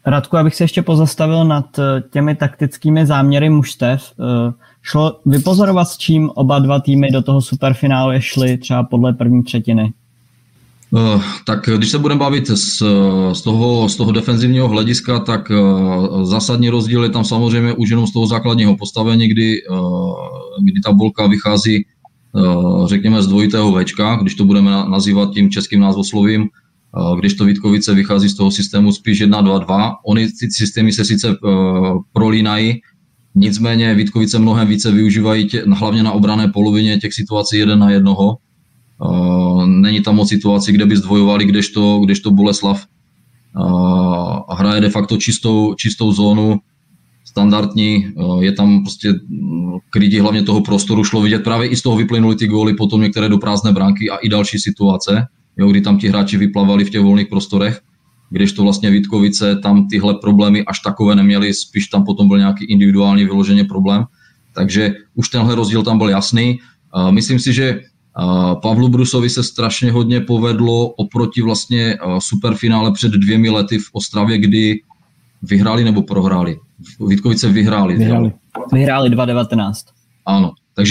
Radku, abych se ještě pozastavil nad těmi taktickými záměry mužstev. Šlo vypozorovat, s čím oba dva týmy do toho superfinále šly třeba podle první třetiny? Tak když se budeme bavit z toho defenzivního hlediska, tak zásadní rozdíl je tam samozřejmě už jenom z toho základního postavení, kdy ta bolka vychází, řekněme, z dvojitého Včka, když to budeme nazývat tím českým názvoslovím, když to Vítkovice vychází z toho systému spíš 1-2-2. Ony ty systémy se sice prolínají, nicméně Vítkovice mnohem více využívají hlavně na obranné polovině těch situací 1-1. Není tam moc situací, kde by zdvojovali, kdežto Boleslav hraje de facto čistou zónu, standardní, je tam prostě krytí hlavně toho prostoru, šlo vidět, právě i z toho vyplynuly ty góly, potom některé do prázdné branky a i další situace, jo, kdy tam ti hráči vyplavali v těch volných prostorech, kdežto vlastně Vítkovice tam tyhle problémy až takové neměli, spíš tam potom byl nějaký individuální vyloženě problém, takže už tenhle rozdíl tam byl jasný. Myslím si, že Pavlu Brusovi se strašně hodně povedlo oproti vlastně superfinále před 2 lety v Ostravě, kdy vyhráli nebo prohráli. Vítkovice vyhráli. Vyhráli 2-19. Ano,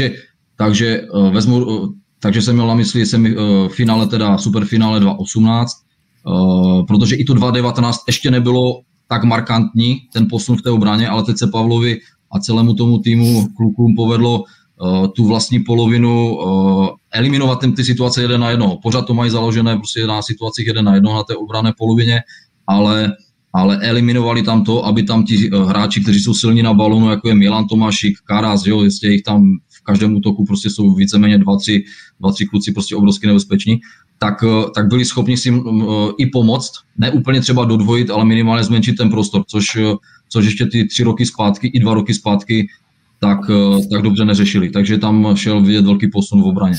takže jsem měl na mysli finále, teda superfinále 2-18, protože i to 2-19 ještě nebylo tak markantní, ten posun v té obraně, ale teď se Pavlovi a celému tomu týmu klukům povedlo tu vlastní polovinu eliminovat ty situace 1-1. Pořád to mají založené prostě na situacích 1-1 na té obranné polovině, ale eliminovali tam to, aby tam ti hráči, kteří jsou silní na balónu, jako je Milan Tomášik, Karas, jo, jistě jich tam v každém útoku prostě jsou víceméně 2-3 kluci prostě obrovsky nebezpeční, tak byli schopni si i pomoct, ne úplně třeba dodvojit, ale minimálně zmenšit ten prostor, což ještě ty 3 roky zpátky i 2 roky zpátky tak dobře neřešili. Takže tam šel vidět velký posun v obraně.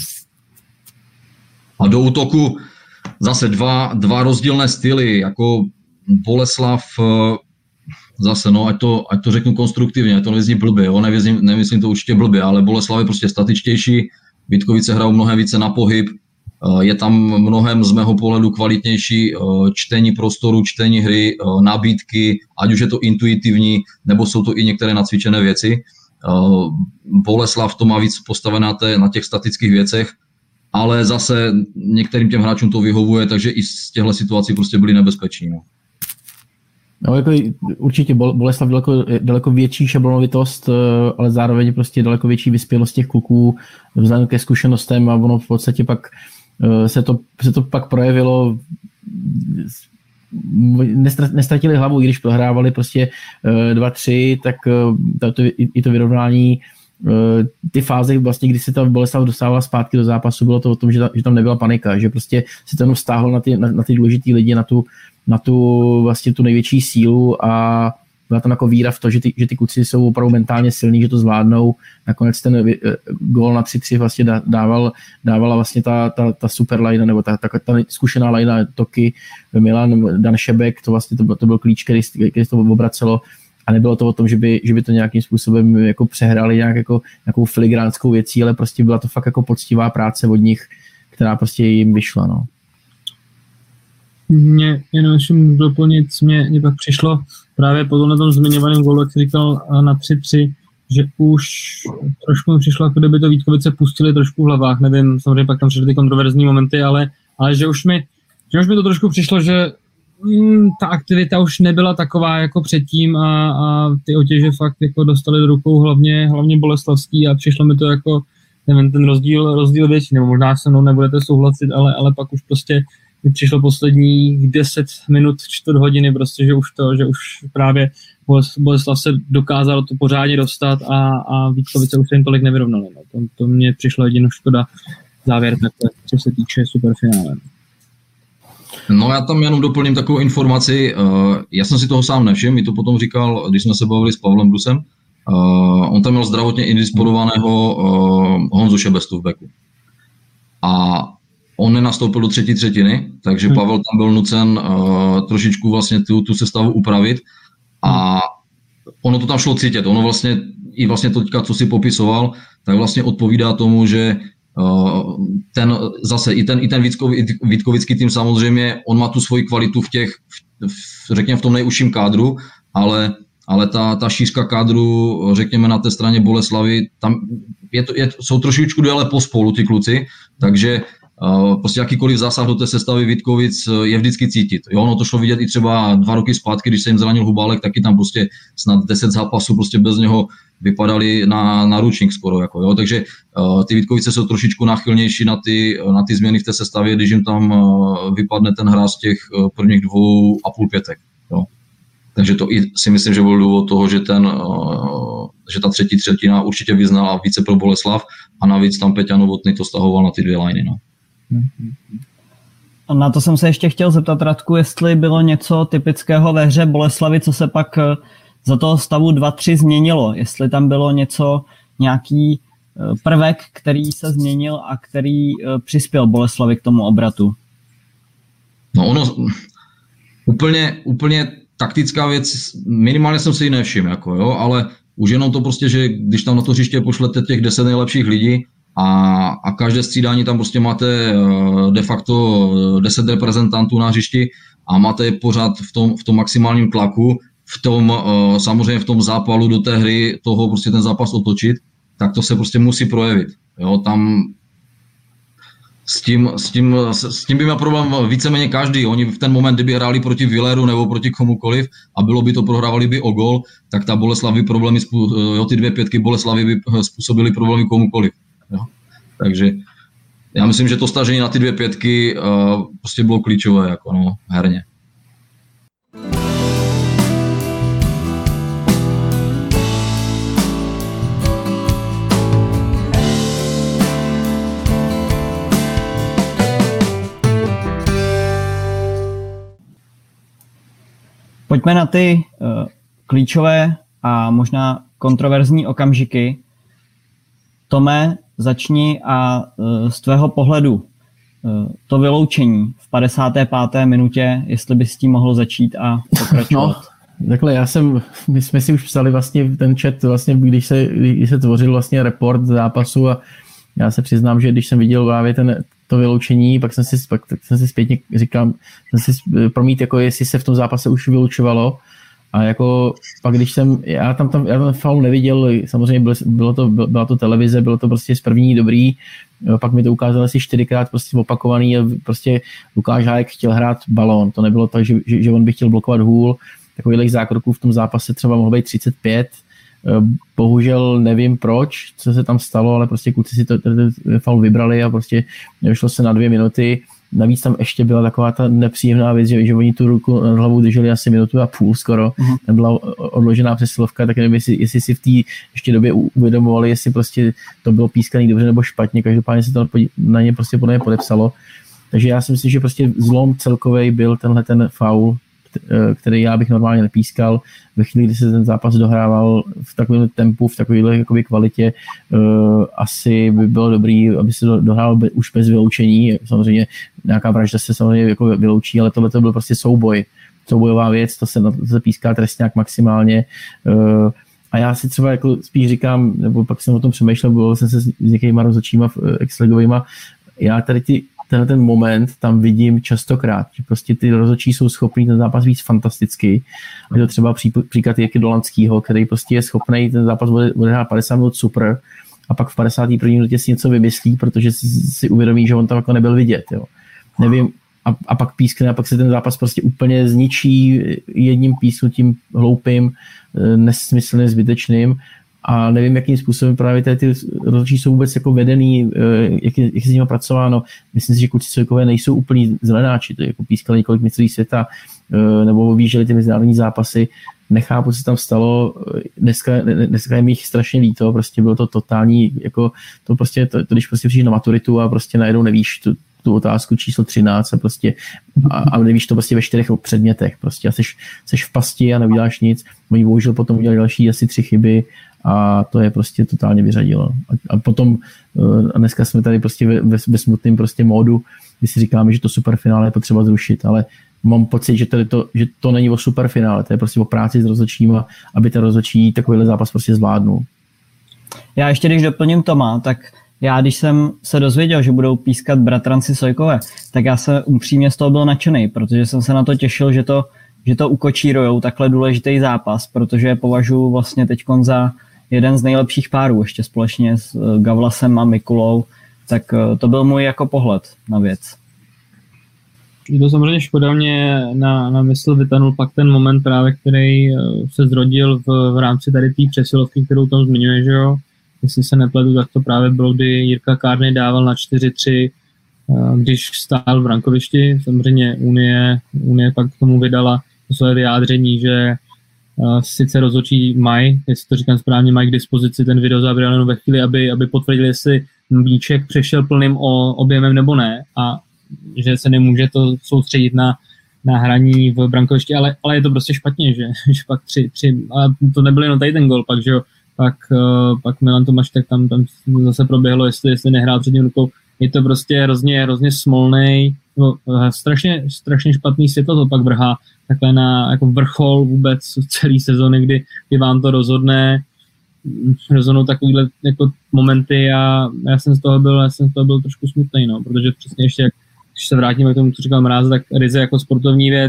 A do útoku zase dva rozdílné styly, jako Boleslav zase, no, ať to řeknu konstruktivně, ať to nezní blbě, jo? Nemyslím to určitě blbě, ale Boleslav je prostě statičtější, Vítkovice hrajou mnohem více na pohyb, je tam mnohem z mého pohledu kvalitnější čtení prostoru, čtení hry, nabídky, ať už je to intuitivní, nebo jsou to i některé nacvičené věci. Boleslav to má víc postavené na těch statických věcech, ale zase některým těm hráčům to vyhovuje, takže i z těchto situací prostě byli nebezpeční. No, jako určitě Boleslav daleko větší šablonovitost, ale zároveň prostě daleko větší vyspělost těch kluků vzhledem ke zkušenostem a ono v podstatě pak se to pak projevilo, nestratili hlavu, i když prohrávali prostě 2-3, tak i to vyrovnání, ty fáze vlastně, kdy se ta Boleslav dostávala zpátky do zápasu, bylo to o tom, že tam nebyla panika, že prostě se to jenom stáhlo na ty důležitý lidi, na tu vlastně tu největší sílu a byla tam jako víra v to, že ty kluci jsou opravdu mentálně silní, že to zvládnou. Nakonec ten gól na 3-3 vlastně dávala vlastně ta super lajna, nebo ta zkušená lajna Toky, Milan, Dan Šebek, to byl klíč, který to obracelo. A nebylo to o tom, že by to nějakým způsobem jako přehráli nějakou filigránskou věcí, ale prostě byla to fakt jako poctivá práce od nich, která prostě jim vyšla. No. Mě jenom ještě můžu doplnit, mě pak přišlo právě po tomhle zmiňovaném gólu, jak jsi říkal, na 3-3, že už trošku mi přišlo, jako kdyby to Vítkovice pustili trošku v hlavách, nevím, samozřejmě pak tam přišly ty kontroverzní momenty, ale že už mi to trošku přišlo, že ta aktivita už nebyla taková jako předtím a ty otěže fakt jako dostali do rukou hlavně Boleslavský a přišlo mi to jako, nevím, ten rozdíl větší, nebo možná se mnou nebudete souhlasit, ale pak už prostě mi přišlo posledních 10 minut, 4 hodiny prostě, že už právě Boleslav se dokázal to pořádně dostat a Vítkovice už se jim tolik nevyrovnalo. To mně přišlo jedinou škoda závěr takhle, co se týče superfinále. No já tam jenom doplním takovou informaci, já jsem si toho sám nevšiml, mi to potom říkal, když jsme se bavili s Pavlem Brusem, on tam měl zdravotně indisponovaného Honzu Šebestu v beku. A on nenastoupil do 3. třetiny, takže Pavel tam byl nucen trošičku vlastně tu sestavu upravit a ono to tam šlo cítit, ono vlastně to teďka, co si popisoval, tak vlastně odpovídá tomu, že zase i ten Vítkovický tým samozřejmě, on má tu svoji kvalitu řekněme v tom nejužším kádru, ale ta šířka kádru, řekněme na té straně Boleslavy, tam jsou trošičku déle pospolu ty kluci, takže prostě jakýkoliv zásah do té sestavy Vítkovic je vždycky cítit. Jo, ono to šlo vidět i třeba 2 roky zpátky, když se jim zranil Hubálek, taky tam prostě snad 10 zápasů prostě bez něho vypadali na ručník skoro. Jako, jo. Takže ty Vítkovice jsou trošičku náchylnější na ty změny v té sestavě, když jim tam vypadne ten hráč z těch prvních 2,5 pětek. Jo. Takže to i si myslím, že byl důvod toho, že ta třetí třetina určitě vyznala více pro Boleslav a navíc tam Peťa Novotný to stahoval na ty 2 liny. No. Na to jsem se ještě chtěl zeptat, Radku, jestli bylo něco typického ve hře Boleslavy, co se pak za toho stavu 2-3 změnilo. Jestli tam bylo nějaký prvek, který se změnil a který přispěl Boleslavi k tomu obratu. No ono úplně taktická věc, minimálně jsem si ji nevšiml, jako, jo, ale už jenom to prostě, že když tam na to hřiště pošlete těch 10 nejlepších lidí a každé střídání tam prostě máte de facto 10 reprezentantů na hřišti a máte je pořád v tom maximálním tlaku, samozřejmě v tom zápalu do té hry toho prostě ten zápas otočit, tak to se prostě musí projevit. Jo, tam s tím by měl problém víceméně každý. Oni v ten moment, kdyby hráli proti Villeru nebo proti komukoliv a bylo by to, prohrávali by o gol, tak ta Boleslavy problémy, ty 2 pětky Boleslavy by způsobily problémy komukoliv. Jo. Takže já myslím, že to stažení na ty 2 pětky prostě bylo klíčové jako, no, herně. Pojďme na ty klíčové a možná kontroverzní okamžiky. Tome, začni a z tvého pohledu to vyloučení v 55. minutě, jestli bys s tím mohl začít a pokračovat. No, takhle my jsme si už psali vlastně ten chat, vlastně, když se tvořil vlastně report zápasu a já se přiznám, že když jsem viděl právě to vyloučení, pak jsem si zpětně říkal, promít, jako jestli se v tom zápase už vylučovalo. A jako pak já tam faul neviděl, samozřejmě byla to televize, bylo to prostě z první dobrý, pak mi to ukázalo asi 4krát prostě opakovaný a prostě Lukáš Hájek chtěl hrát balón, to nebylo tak, že on by chtěl blokovat hůl, takových zákroků v tom zápase třeba mohlo být 35, bohužel nevím proč, co se tam stalo, ale prostě kluci si ten faul vybrali a prostě nevyšlo se na 2 minuty. Navíc tam ještě byla taková ta nepříjemná věc, že oni tu ruku nad hlavou drželi asi 1,5 minuty skoro. Tam byla odložená přesilovka, tak nevím, jestli si v té ještě době uvědomovali, jestli prostě to bylo pískaný dobře nebo špatně, každopádně se to na ně prostě podle mě podepsalo. Takže já si myslím, že prostě zlom celkovej byl ten faul, který já bych normálně nepískal. Ve chvíli, kdy se ten zápas dohrával v takovém tempu, v takovéhle kvalitě, asi by bylo dobrý, aby se dohrál už bez vyloučení. Samozřejmě nějaká vražda se samozřejmě jako vyloučí, ale tohle to byl prostě soubojová věc, to se píská trestňák maximálně. A já si třeba jako spíš říkám, nebo pak jsem o tom přemýšlel, byl jsem se s některýma rozhodčíma extraligovýma, já tady ten moment tam vidím častokrát, že prostě ty rozhodčí jsou schopní ten zápas víc fantasticky. A to třeba příklad Jirky Dolanskýho, který prostě je schopný ten zápas odehrát 50 minut super a pak v 51. minutě si něco vymyslí, protože si uvědomí, že on tam jako nebyl vidět. Jo. Nevím, a pak pískne a pak se ten zápas prostě úplně zničí jedním písknutím hloupým, nesmyslně zbytečným. A nevím, jakým způsobem právě ty rozhodčí jsou vůbec jako vedený, jak je s nimi pracováno. Myslím si, že kluci celkové nejsou úplní zelenáči, to jako pískali několik mistrů světa, nebo objížděli ty mezinárodní zápasy. Nechápu, co se tam stalo, dneska je mi jich strašně líto, prostě bylo to totální, jako to prostě, když prostě přijdeš na maturitu a prostě najednou nevíš tu otázku číslo 13 a prostě a nevíš to prostě ve 4 předmětech, prostě a seš v pasti a neuděláš nic. Oni bohužel potom udělali další asi 3 chyby a to je prostě totálně vyřadilo. A potom a dneska jsme tady prostě ve smutném prostě módu, kdy si říkáme, že to superfinále je potřeba zrušit, ale mám pocit, že to není o superfinále, to je prostě o práci s rozhodčím, aby ten rozhodčí takovýhle zápas prostě zvládnul. Já ještě když doplním Toma, tak Já když jsem se dozvěděl, že budou pískat bratranci Sojkové, tak já se upřímně z toho byl nadšený, protože jsem se na to těšil, že to ukočírujou takhle důležitý zápas, protože je považuji vlastně teďkon za jeden z nejlepších párů, ještě společně s Gavlasem a Mikulou, tak to byl můj jako pohled na věc. Je to samozřejmě škoda, mě na mysl vytanul pak ten moment právě, který se zrodil v rámci tady té přesilovky, kterou tam zmiňuje, že jo. Jestli se nepletu, tak to právě bylo, kdy Jirka Kárnej dával na 4-3, když stál v brankovišti. Samozřejmě Unie pak k tomu vydala své vyjádření, že sice rozhodčí mají, jestli to říkám správně, mají k dispozici ten videozáběr jenom ve chvíli, aby potvrdili, jestli míček přešel plným objemem nebo ne, a že se nemůže to soustředit na hraní v brankovišti, ale je to prostě špatně, že pak tři a to nebyl jenom tady ten gol, pak, že jo, pak Milan Tomáš, tak tam zase proběhlo, jestli nehrál předtím rukou. Je to prostě hrozně smolnej, strašně špatný světlo to pak vrhá takhle na jako vrchol vůbec celý sezony, kdy vám to rozhodnou takovýhle jako momenty, a já jsem z toho byl trošku smutný, no, protože přesně ještě, když se vrátíme k tomu, co říkal Mráz, tak ryze jako sportovní věc,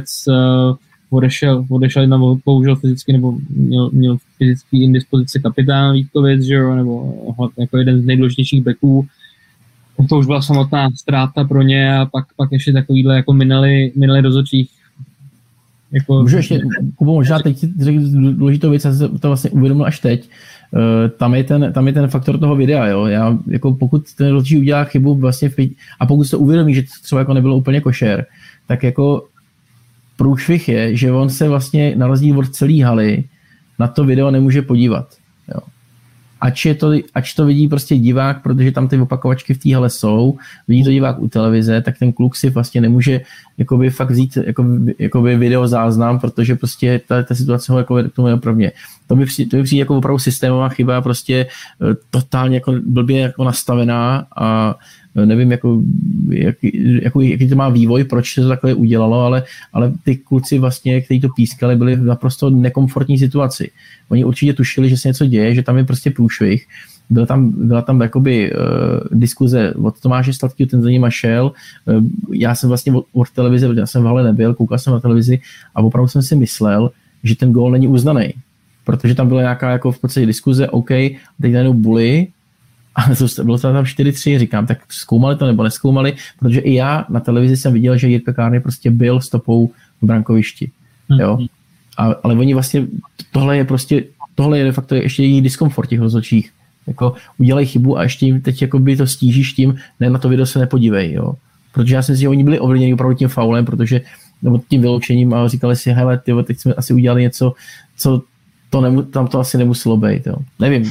odešel tam použil fyzicky, nebo měl fyzický indispozici kapitán Vítkovic, že jo, nebo jako jeden z nejdůležitějších backů. To už byla samotná ztráta pro ně, a pak ještě takovýhle jako minuli rozhodčích. Jako... Můžu ještě, Kubo, možná teď řekl důležitou věc, já jsem to vlastně uvědomil až teď. Tam je ten faktor toho videa, jo. Já, jako pokud ten rozhodčí udělá chybu vlastně a pokud se to uvědomí, že to třeba jako nebylo úplně košer, tak jako průšvih je, že on se vlastně na rozdíl od celé haly na to video nemůže podívat. Jo. Ač to vidí prostě divák, protože tam ty opakovačky v té hale jsou, vidí to divák u televize, tak ten kluk si vlastně nemůže jakoby fakt vzít jakoby video záznam, protože prostě ta situace ho jako vede k tomu opravně. To by přijde jako opravdu systémová chyba, prostě totálně jako blbě jako nastavená, a nevím, jaký to má vývoj, proč se to takhle udělalo, ale ty kluci vlastně, kteří to pískali, byli v naprosto nekomfortní situaci. Oni určitě tušili, že se něco děje, že tam je prostě průšvih. Byla tam jakoby diskuze od Tomáše Sladkého, ten za nima šel. Já jsem vlastně od televize, já jsem v hale nebyl, koukal jsem na televizi a opravdu jsem si myslel, že ten gól není uznaný. Protože tam byla nějaká jako v podstatě diskuze, OK, teď najednou bully, a bylo to tam 4-3, říkám, tak zkoumali to nebo neskoummali, protože i já na televizi jsem viděl, že Jirka Kárnej prostě byl stopou v brankovišti. Jo? Ale oni vlastně, tohle je de facto ještě jejich diskomfort těch rozhodčích. Jako udělají chybu a ještě jim teď jakoby to stížíš tím, ne, na to video se nepodívej. Jo? Protože já si myslím, že oni byli ovlivněni opravdu tím faulem, nebo tím vyloučením, a říkali si, hele, tyjo, teď jsme asi udělali něco, co tam to asi nemuselo být. Jo? Nevím.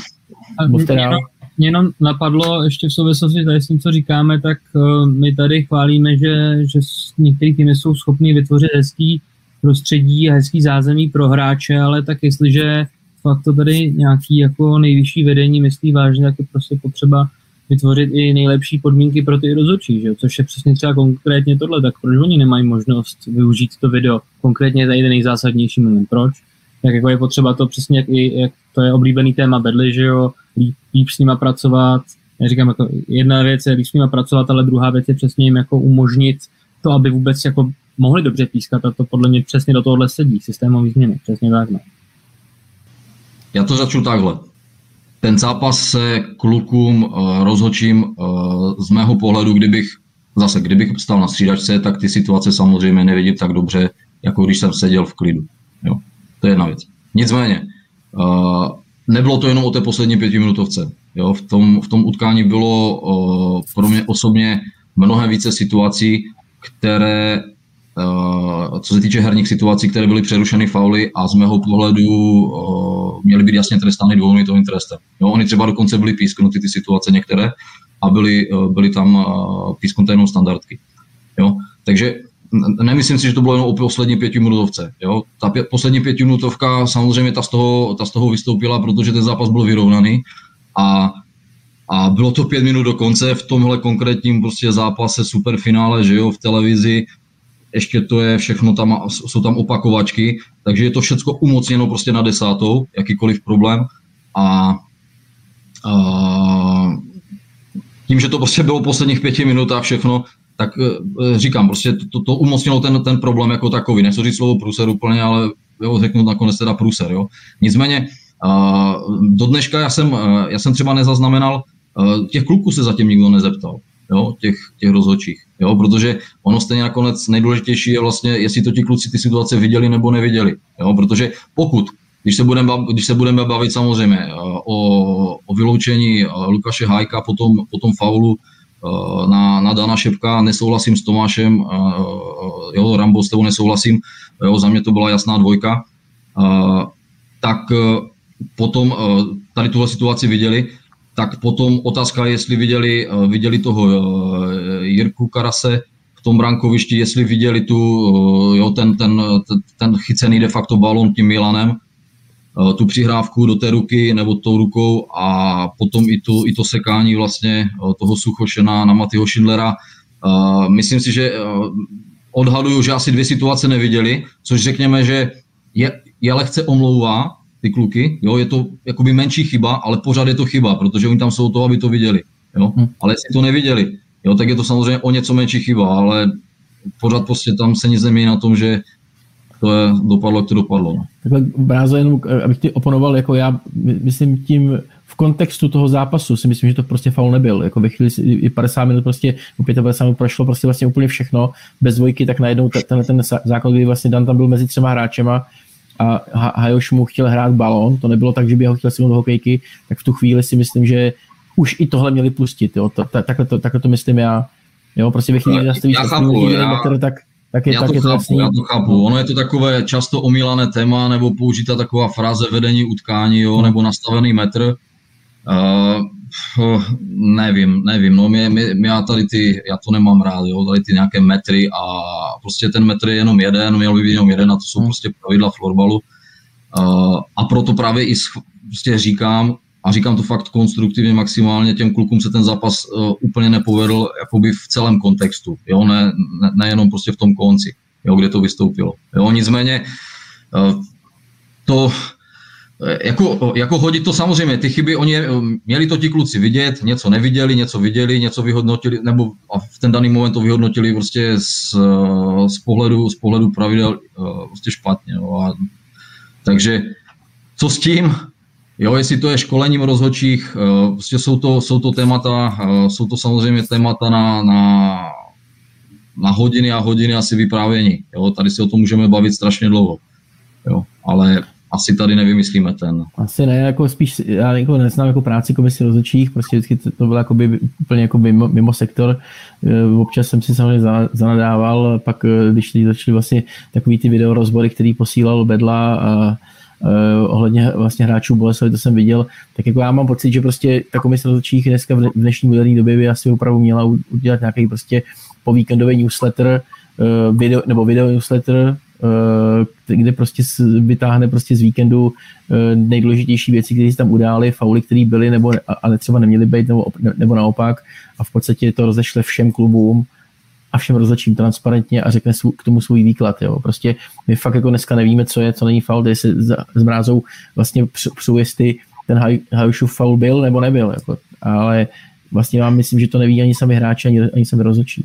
Mě jenom napadlo ještě v souvislosti tady s tím, co říkáme, tak my tady chválíme, že některé týmy jsou schopní vytvořit hezký prostředí a hezký zázemí pro hráče, ale tak jestliže fakt to tady nějaký jako nejvyšší vedení myslí vážně, tak je prostě potřeba vytvořit i nejlepší podmínky pro ty rozhodčí, že? Což je přesně třeba konkrétně tohle, tak proč oni nemají možnost využít to video, konkrétně tady ten nejzásadnější moment, proč? Tak jako je potřeba to přesně, jak to je oblíbený téma Bedly, že jo, líp s nima pracovat. Já říkám, jako jedna věc je líp s nima pracovat, ale druhá věc je přesně jim jako umožnit to, aby vůbec jako mohli dobře pískat, a to podle mě přesně do tohohle sedí, systémový změny, přesně tak. Ne. Já to začnu takhle. Ten zápas se klukům rozhodčím z mého pohledu, kdybych stál na střídačce, tak ty situace samozřejmě nevidím tak dobře, jako když jsem seděl v klidu. Jo. To je jedna věc. Nicméně, nebylo to jenom o té poslední 5minutovce. Jo. V tom utkání bylo pro mě osobně mnohem více situací, které, co se týče herních situací, které byly přerušeny fauly a z mého pohledu měly být jasně trestány dvouminutovým trestem. Jo. Oni třeba dokonce byly písknuty ty situace některé a byly tam písknuté jenom standardky. Jo. Takže nemyslím si, že to bylo jenom o poslední 5minutovce. Jo? Ta poslední 5minutovka samozřejmě ta z toho vystoupila, protože ten zápas byl vyrovnaný a bylo to 5 minut do konce v tomhle konkrétním prostě zápase superfinále, že jo, v televizi. Ještě to je všechno tam, jsou tam opakovačky, takže je to všecko umocněno prostě na 10, jakýkoliv problém. A tím, že to prostě bylo posledních 5 minutách všechno, tak říkám, prostě to umocnilo ten problém jako takový. Nechci říct slovo průser úplně, ale jo, řeknu nakonec teda průser. Jo. Nicméně do dneška já jsem třeba nezaznamenal, těch kluků se zatím nikdo nezeptal, jo, těch rozhodčích, jo, protože ono stejně nakonec nejdůležitější je vlastně, jestli to ti kluci ty situace viděli nebo neviděli, jo, protože pokud, když se budeme bavit samozřejmě o vyloučení Lukáše Hájka po tom faulu na Dana Šepka, nesouhlasím s Tomášem, jo, Rambo, s tebou nesouhlasím, jo, za mě to byla jasná 2, tak potom tady tuhle situaci viděli, tak potom otázka je, jestli viděli toho Jirku Karase v tom brankovišti, jestli viděli ten chycený de facto balón tím Milanem, tu přihrávku do té ruky nebo tou rukou a potom i to sekání vlastně toho Suchoše na Matyho Schindlera. Myslím si, že odhaduju, že asi 2 situace neviděli, což řekněme, že je lehce omlouvá ty kluky, jo, je to jakoby menší chyba, ale pořád je to chyba, protože oni tam jsou to, aby to viděli, jo, ale jestli to neviděli, jo, tak je to samozřejmě o něco menší chyba, ale pořád prostě tam se nic nemění na tom, že to dopadlo, jak to dopadlo. No. Takhle Brázo, jenom abych ti oponoval, jako já myslím tím v kontextu toho zápasu si myslím, že to prostě faul nebyl. Jako ve chvíli i 50 minut prostě, 55 minut prošlo prostě vlastně úplně všechno, bez 2, tak najednou ten základ, kdy vlastně Dan tam byl mezi 3 hráčema a Hajoš mu chtěl hrát balón, to nebylo tak, že by ho chtěl simulovat do hokejky, tak v tu chvíli si myslím, že už i tohle měli pustit, jo. Takhle to myslím já. Jo, prostě ve chvíli, kdy Já to chápu. Ono je to takové často omílané téma, nebo použitá taková fráze vedení utkání, jo, nebo nastavený metr. Nevím. No, já to nemám rád, jo, tady ty nějaké metry a prostě ten metr je jenom jeden, měl by být jenom jeden a to jsou prostě pravidla florbalu. A proto právě i prostě říkám to fakt konstruktivně maximálně, těm klukům se ten zápas úplně nepovedl jakoby v celém kontextu, jo, nejenom prostě v tom konci, jo, kde to vystoupilo. Jo, nicméně to jako hodit to samozřejmě, ty chyby, měli to ti kluci vidět, něco neviděli, něco viděli, něco vyhodnotili, nebo a v ten daný moment to vyhodnotili prostě z pohledu pravidel prostě špatně. Jo, takže co s tím? Jo, jestli to je školením rozhodčích, prostě jsou to témata, jsou to samozřejmě témata na hodiny a hodiny asi vyprávění. Jo, tady si o tom můžeme bavit strašně dlouho. Jo, ale asi tady nevymyslíme ten. Asi ne, jako spíš, já jako neznám jako práci komisí rozhodčích, prostě vždycky to bylo jakoby, úplně jakoby mimo sektor. Občas jsem si samozřejmě zanadával, pak když začali vlastně takový ty videorozbory, který posílal Bedla a ohledně vlastně hráčů Boleslavi, to jsem viděl, tak jako já mám pocit, že prostě ta komise rozhodčích dneska v dnešní moderní době by asi opravdu měla udělat nějaký prostě povíkendový newsletter, video newsletter, kde prostě vytáhne prostě z víkendu nejdůležitější věci, které se tam udály, fauly, které byly, ale třeba neměly být, nebo naopak, a v podstatě to rozešle všem klubům a všem rozhodčím transparentně a řekne k tomu svůj výklad. Jo. Prostě my fakt jako dneska nevíme, co je, co není faul, kde se s Brázou vlastně psuje, jestli ten Hajušův faul byl nebo nebyl. Jako. Ale vlastně vám myslím, že to neví ani sami hráči, ani sami rozhodčí.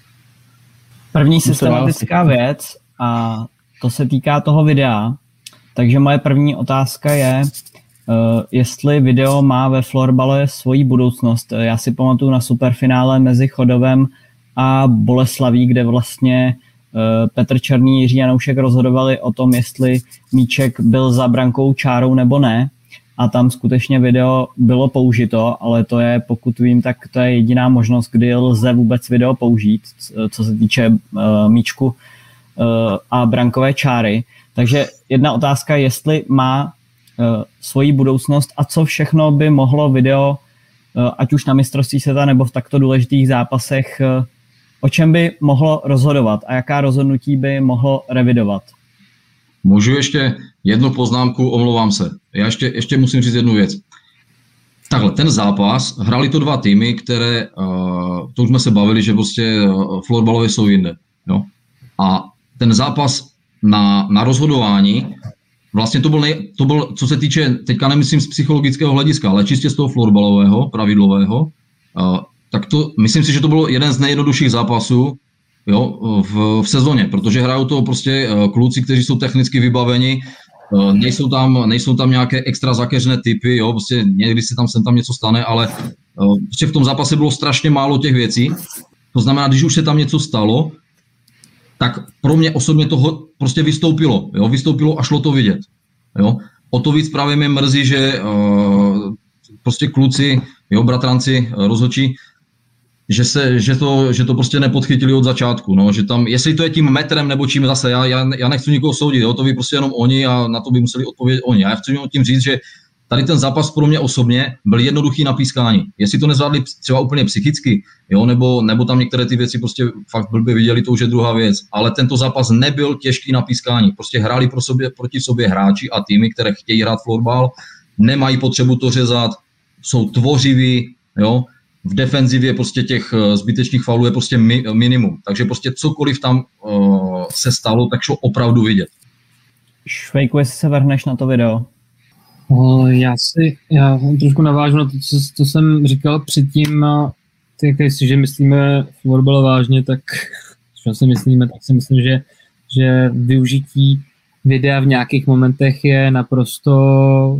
První systematická věc, a to se týká toho videa. Takže moje první otázka je, jestli video má ve florbale svoji budoucnost. Já si pamatuju na superfinále mezi Chodovem a Boleslaví, kde vlastně Petr Černý, Jiří Janoušek rozhodovali o tom, jestli míček byl za brankou čárou nebo ne. A tam skutečně video bylo použito, ale to je, pokud vím, tak to je jediná možnost, kdy lze vůbec video použít, co se týče míčku a brankové čáry. Takže jedna otázka, jestli má svoji budoucnost a co všechno by mohlo video, ať už na mistrovství světa nebo v takto důležitých zápasech, o čem by mohlo rozhodovat a jaká rozhodnutí by mohlo revidovat. Můžu ještě jednu poznámku, omlouvám se. Já ještě musím říct jednu věc. Takhle, ten zápas, hráli to 2 týmy, které, to už jsme se bavili, že prostě florbalové jsou jinde. Jo? A ten zápas na rozhodování, vlastně to byl, co se týče, teďka nemyslím z psychologického hlediska, ale čistě z toho florbalového, pravidlového, tak to, myslím si, že to bylo jeden z nejjednodušších zápasů, jo, v sezóně, protože hrajou to prostě kluci, kteří jsou technicky vybaveni, nejsou tam nějaké extra zakeřené typy, jo, prostě někdy se tam sem tam něco stane, ale prostě v tom zápase bylo strašně málo těch věcí. To znamená, když už se tam něco stalo, tak pro mě osobně toho prostě vystoupilo a šlo to vidět. Jo. O to víc právě mě mrzí, že prostě kluci, jo, bratranci, rozhodčí, že to prostě nepodchytili od začátku, no, že tam, jestli to je tím metrem nebo čím zase, já nechci nikoho soudit, jo, to by prostě jenom oni a na to by museli odpovědět oni. Já chci tím říct, že tady ten zápas pro mě osobně byl jednoduchý na pískání. Jestli to nezvládli třeba úplně psychicky, jo, nebo tam některé ty věci prostě fakt blbě viděli, to už je druhá věc, ale tento zápas nebyl těžký na pískání. Prostě hráli proti sobě hráči a týmy, které chtějí hrát florbal, nemají potřebu to řezat, jsou tvořiví, jo. V defenzivě prostě těch zbytečných faulů je prostě minimum. Takže prostě cokoliv tam se stalo, tak šlo opravdu vidět. Švejku, jestli se vrhneš na to video. Já trošku navážu na to, co jsem říkal předtím. Jestliže myslíme florbal vážně, tak si myslím, že využití videa v nějakých momentech je naprosto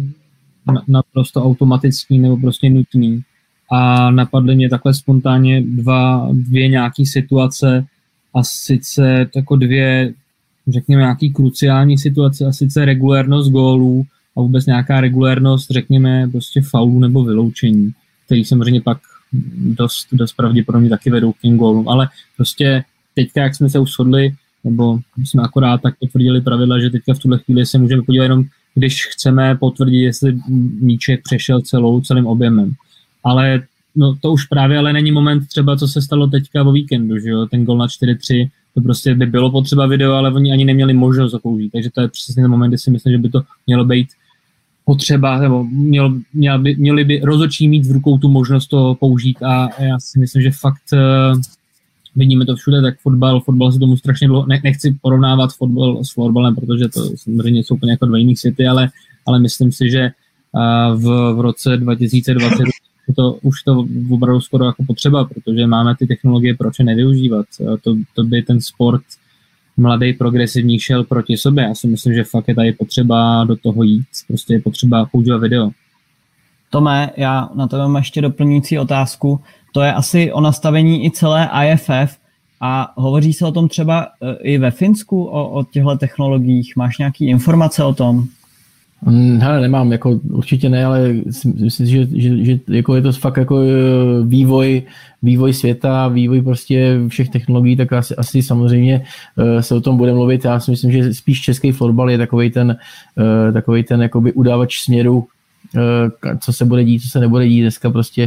automatický nebo prostě nutný. A napadly mě takhle spontánně dvě nějaký situace a sice jako dvě, řekněme, nějaký kruciální situace a sice regulérnost gólů a vůbec nějaká regulérnost, řekněme, prostě faulů nebo vyloučení, který samozřejmě pak dost pravděpodobně taky vedou k těm gólům, ale prostě teďka, jak jsme se už shodli, nebo jsme akorát tak potvrdili pravidla, že teďka v tuhle chvíli se můžeme podívat jenom, když chceme potvrdit, jestli míček přešel celým objemem. Ale no, to už právě ale není moment třeba, co se stalo teďka o víkendu, že jo, ten gol na 4-3, to prostě by bylo potřeba video, ale oni ani neměli možnost ho použít, takže to je přesně ten moment, kdy si myslím, že by to mělo být potřeba, nebo měli by rozhodčí mít v rukou tu možnost to použít a já si myslím, že fakt vidíme to všude, tak fotbal se tomu strašně dlouho, nechci porovnávat fotbal s florbalem, protože to samozřejmě jsou úplně jako dva jiných světy, ale myslím si, že v roce 2020 už to opravdu skoro jako potřeba, protože máme ty technologie, proč je nevyužívat. To by ten sport mladý, progresivní šel proti sobě. Já si myslím, že fakt je tady potřeba do toho jít. Prostě je potřeba používat video. Tome, já na to mám ještě doplňující otázku. To je asi o nastavení i celé IFF a hovoří se o tom třeba i ve Finsku, o těchto technologiích. Máš nějaké informace o tom? Hele, nemám, jako určitě ne, ale myslím, že jako je to fakt jako vývoj světa, vývoj prostě všech technologií, tak asi samozřejmě se o tom bude mluvit. Já si myslím, že spíš český florbal je takovej ten jakoby udávač směru, co se bude dít, co se nebude dít. Dneska prostě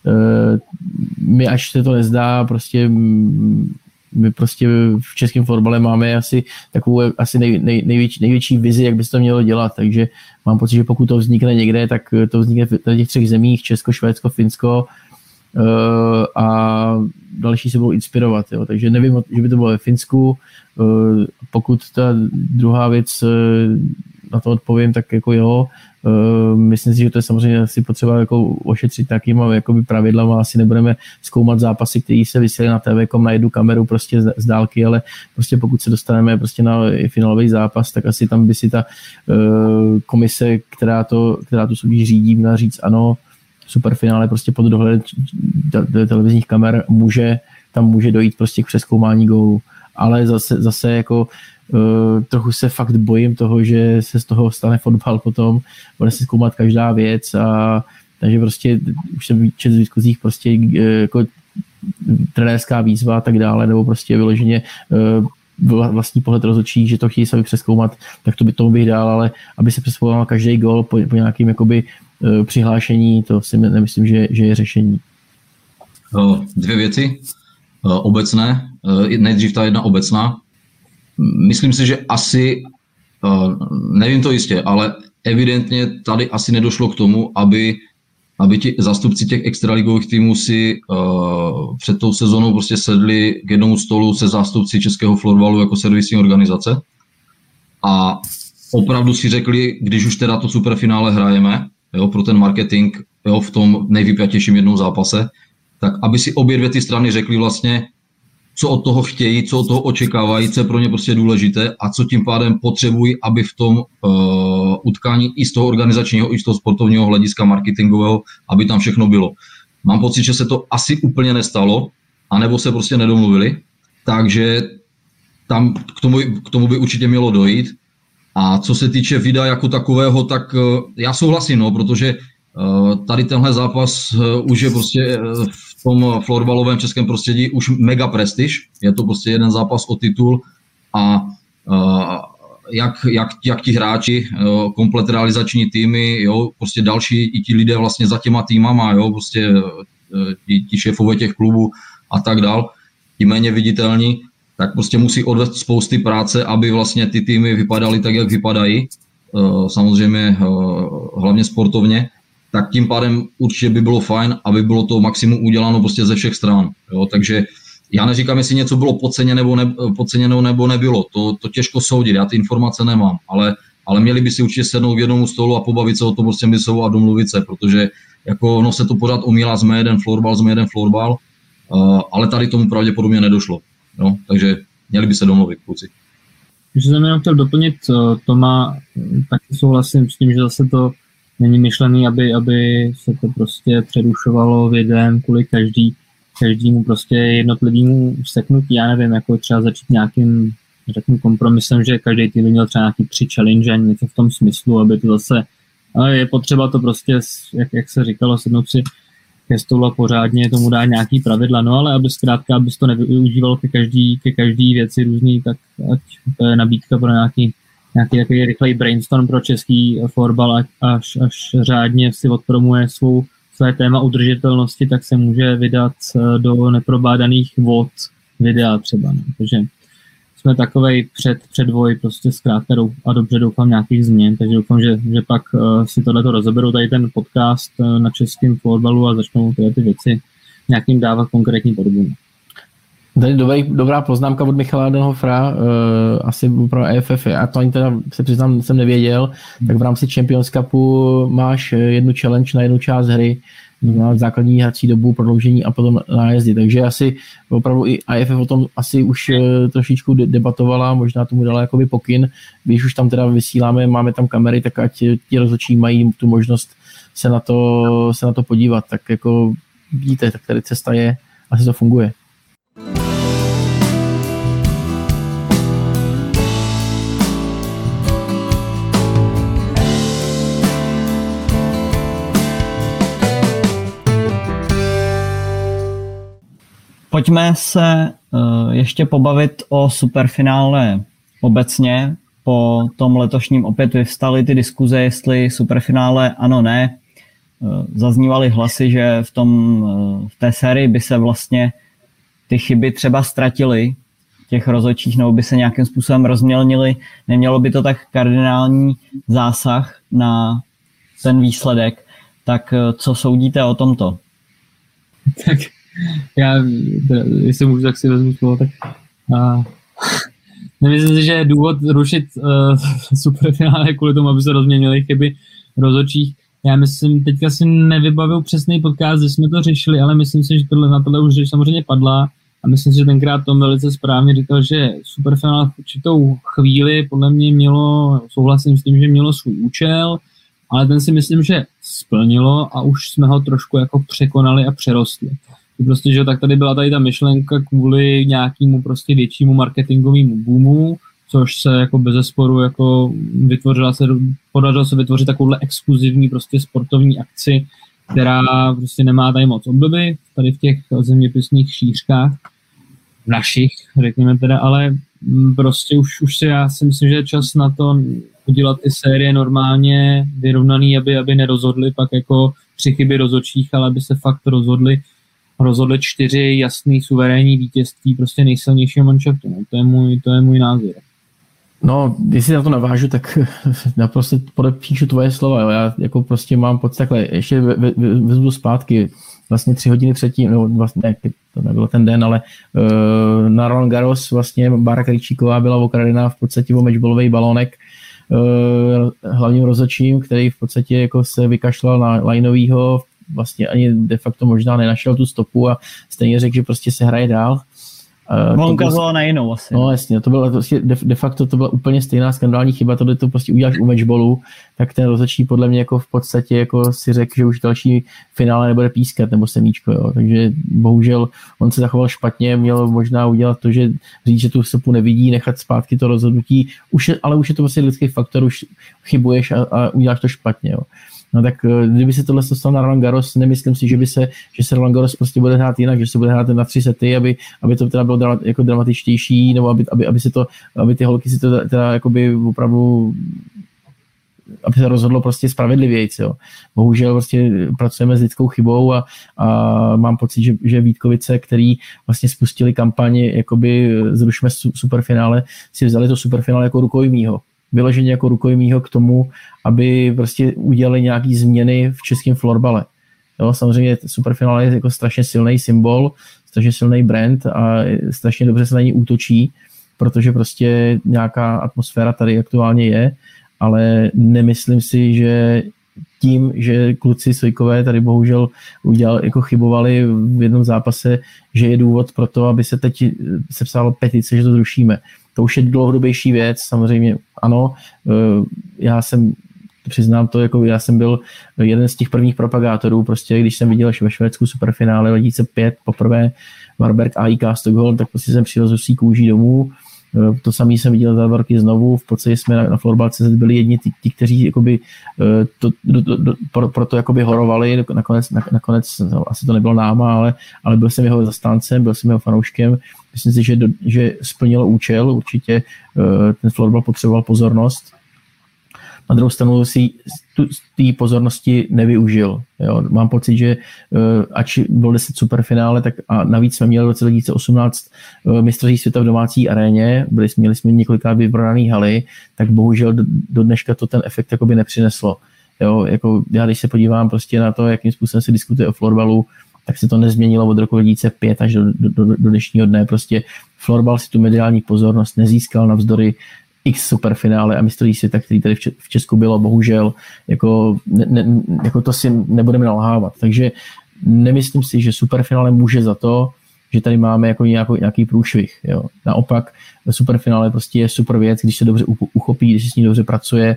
my, až se to nezdá, my prostě v českém florbale máme asi takovou největší vizi, jak by se to mělo dělat, takže mám pocit, že pokud to vznikne někde, tak to vznikne v těch 3 zemích, Česko, Švédsko, Finsko a další se budou inspirovat, jo. Takže nevím, že by to bylo ve Finsku, pokud ta druhá věc na to odpovím, tak jako jo, myslím si, že to je samozřejmě asi potřeba jako ošetřit nějakýma jakoby pravidlama, asi nebudeme zkoumat zápasy, které se vysílají na TV.com na jednu kameru prostě z dálky, ale prostě pokud se dostaneme prostě na finálový zápas, tak asi tam by si ta komise, která tu soutěž řídí, měla říct ano, superfinále prostě pod dohledem televizních kamer tam může dojít prostě k přezkoumání gólu, ale zase jako trochu se fakt bojím toho, že se z toho stane fotbal potom, bude se zkoumat každá věc a takže prostě už jsem čet z diskuzích prostě jako trenérská výzva a tak dále, nebo prostě vyloženě vlastní pohled rozhodčí, že to chtějí sami přezkoumat, tak to by tomu bych dál, ale aby se přezkoumal každý gól po nějakým jakoby přihlášení, to si nemyslím, že je řešení. 2 věci obecné, nejdřív ta jedna obecná. Myslím si, že asi, nevím to jistě, ale evidentně tady asi nedošlo k tomu, aby ti zástupci těch extraligových týmů si před tou sezónou prostě sedli k jednomu stolu se zástupci českého florbalu jako servisní organizace a opravdu si řekli, když už teda to superfinále hrajeme, jo, pro ten marketing, jo, v tom nejvypjatějším jednou zápase, tak aby si obě dvě ty strany řekly vlastně, co od toho chtějí, co od toho očekávají, co je pro ně prostě důležité a co tím pádem potřebují, aby v tom utkání i z toho organizačního, i z toho sportovního hlediska marketingového, aby tam všechno bylo. Mám pocit, že se to asi úplně nestalo, anebo se prostě nedomluvili, takže tam k tomu by určitě mělo dojít. A co se týče videa jako takového, tak já souhlasím, no, protože tady tenhle zápas už je prostě v tom florbalovém českém prostředí už mega prestiž. Je to prostě jeden zápas o titul a jak ti hráči, komplet realizační týmy, jo, prostě další i ti lidé vlastně za těma týmama, jo, prostě ti šéfové těch klubů a tak dál, ti méně viditelní, tak prostě musí odvést spousty práce, aby vlastně ty týmy vypadaly tak, jak vypadají, samozřejmě hlavně sportovně, tak tím pádem určitě by bylo fajn, aby bylo to maximum uděláno prostě ze všech stran. Jo? Takže já neříkám, jestli něco bylo podceněno nebo nebylo, to těžko soudit, já ty informace nemám, ale měli by si určitě sednout k jednomu stolu a pobavit se o tom prostě mysou a domluvit se, protože jako ono se to pořád omílá, jsme jeden florbal, ale tady tomu pravděpodobně nedošlo. No, takže měli by se domluvit, kluci. Když jsem jenom chtěl doplnit, Toma, taky souhlasím s tím, že zase to není myšlený, aby se to prostě přerušovalo videem kvůli každému prostě jednotlivému seknutí. Já nevím, jako třeba začít nějakým, řeknu, kompromisem, že každý tým měl třeba nějaký 3 challenge, něco v tom smyslu, aby to zase, ale je potřeba to prostě, jak se říkalo, sednout si ke stolu a pořádně tomu dát nějaký pravidla, no ale aby zkrátka, aby to nevyužívalo ke každý věci různý, tak ať to je nabídka pro nějaký takový rychlej brainstorm pro český florbal, až řádně si odpromuje své téma udržitelnosti, tak se může vydat do neprobádaných vod videa třeba. No. Takže jsme takovej předvoj prostě zkrátka a dobře doufám nějakých změn, takže doufám, že pak si tohleto rozeberou tady ten podcast na českém florbalu a začnou ty věci nějakým dávat konkrétní podobu. Tady dobrá poznámka od Michala Denhofera, asi pro EFF. Já to ani teda se přiznám, jsem nevěděl, tak v rámci Champions Cupu máš jednu challenge na jednu část hry, na základní hrací dobu, prodloužení a potom nájezdy. Takže asi opravdu i AFF o tom asi už trošičku debatovala, možná tomu dala jakoby pokyn. Když už tam teda vysíláme, máme tam kamery, tak ať ti rozhodčí mají tu možnost se na to podívat. Tak jako vidíte, tak tady cesta je, asi to funguje. Pojďme se ještě pobavit o superfinále obecně. Po tom letošním opět vyvstaly ty diskuze, jestli superfinále ano, ne. Zaznívaly hlasy, že v té sérii by se vlastně ty chyby třeba ztratily těch rozhodčích, nebo by se nějakým způsobem rozmělnily. Nemělo by to tak kardinální zásah na ten výsledek. Tak co soudíte o tomto? Tak já, jestli můžu, tak si vezmu slovo, tak nemyslím si, že je důvod rušit superfinále kvůli tomu, aby se rozměnily chyby rozhodčích. Já myslím, teďka si nevybavil přesný podcast, že jsme to řešili, ale myslím si, že na tohle už řeč samozřejmě padla a myslím si, že tenkrát Tom velice správně říkal, že superfinále v určitou chvíli podle mě souhlasím s tím, že mělo svůj účel, ale ten si myslím, že splnilo a už jsme ho trošku jako překonali a přerostli. Prostě, že tak tady byla ta myšlenka kvůli nějakému prostě většímu marketingovému boomu, což se jako bezesporu jako podařilo se vytvořit takovouhle exkluzivní prostě sportovní akci, která prostě nemá tady moc obdoby, tady v těch zeměpisných šířkách našich, řekněme teda, ale prostě už já si myslím, že je čas na to udělat ty série normálně vyrovnaný, aby nerozhodli pak jako 3 chyby rozhodčích, ale aby se fakt rozhodli 4 jasný suverénní vítězství prostě nejsilnějšího manšaftu. No, to je můj názor. No, když si na to navážu, tak naprosto podepíšu tvoje slova. Jo. Já jako prostě mám pocit takhle, ještě vezmu zpátky, vlastně 3 hodiny předtím, no vlastně ne, to nebyl ten den, ale na Roland Garros vlastně Bára Krejčíková byla okradená v podstatě o matchballový balónek hlavním rozhodčím, který v podstatě jako se vykašlal na lineovýho vlastně ani de facto možná nenašel tu stopu a stejně řekl, že prostě se hraje dál. On ukazoval na jinou asi. No jasně, to bylo prostě de facto to byla úplně stejná skandální chyba, tohle to prostě uděláš u matchballu, tak ten rozhodčí podle mě jako v podstatě jako si řekl, že už další finále nebude pískat nebo semíčko, jo. Takže bohužel on se zachoval špatně, měl možná udělat to, že říct, že tu stopu nevidí, nechat zpátky to rozhodnutí, ale už je to prostě lidský faktor, už chybuješ a uděláš to špatně, jo. No tak kdyby se tohle stalo na Roland Garros, nemyslím si, že se Roland Garros prostě bude hrát jinak, že se bude hrát na 3 sety, aby to teda bylo jako dramatičtější, nebo aby ty holky si to teda jakoby opravdu, aby se rozhodlo prostě spravedlivějc, jo. Bohužel prostě pracujeme s lidskou chybou a mám pocit, že Vítkovice, který vlastně spustili kampaně, jakoby zrušme superfinále, si vzali to superfinále jako rukojmího. Vyloženě jako rukojmího k tomu, aby prostě udělali nějaký změny v českém florbale. Jo, samozřejmě superfinále je jako strašně silný symbol, strašně silný brand a strašně dobře se na ní útočí, protože prostě nějaká atmosféra tady aktuálně je, ale nemyslím si, že tím, že kluci Sojkové tady bohužel jako chybovali v jednom zápase, že je důvod pro to, aby se teď sepsalo petice, že to zrušíme. To už je dlouhodobější věc, samozřejmě ano, přiznám to, jako já jsem byl jeden z těch prvních propagátorů, prostě když jsem viděl ve Švédsku superfinále 2005 poprvé Varberg AIK Stockholm, tak prostě jsem přijel z husí kůží domů. To samý jsem viděl za 2 roky znovu, v podstatě jsme na Florbal.cz byli jedni ti, kteří jakoby, proto jakoby horovali, nakonec no, asi to nebylo náma, ale byl jsem jeho zastáncem, byl jsem jeho fanouškem, myslím si, že splnilo účel, určitě ten Florbal potřeboval pozornost. Na druhou stranu si té pozornosti nevyužil. Jo. Mám pocit, že ač bylo 10 superfinále, tak a navíc jsme měli v roce 2018 mistrovství světa v domácí aréně, měli jsme několikrát vyprodaný haly, tak bohužel do dneška to ten efekt jakoby nepřineslo. Jo. Jako já když se podívám prostě na to, jakým způsobem se diskutuje o florbalu, tak se to nezměnilo od roku 2005 až do dnešního dne. Prostě florbal si tu mediální pozornost nezískal navzdory x superfinále a mistrovství světa, který tady v Česku bylo, bohužel, jako to si nebudeme nalhávat. Takže nemyslím si, že superfinále může za to, že tady máme jako nějaký průšvih. Jo. Naopak superfinále prostě je super věc, když se dobře uchopí, když se s ní dobře pracuje.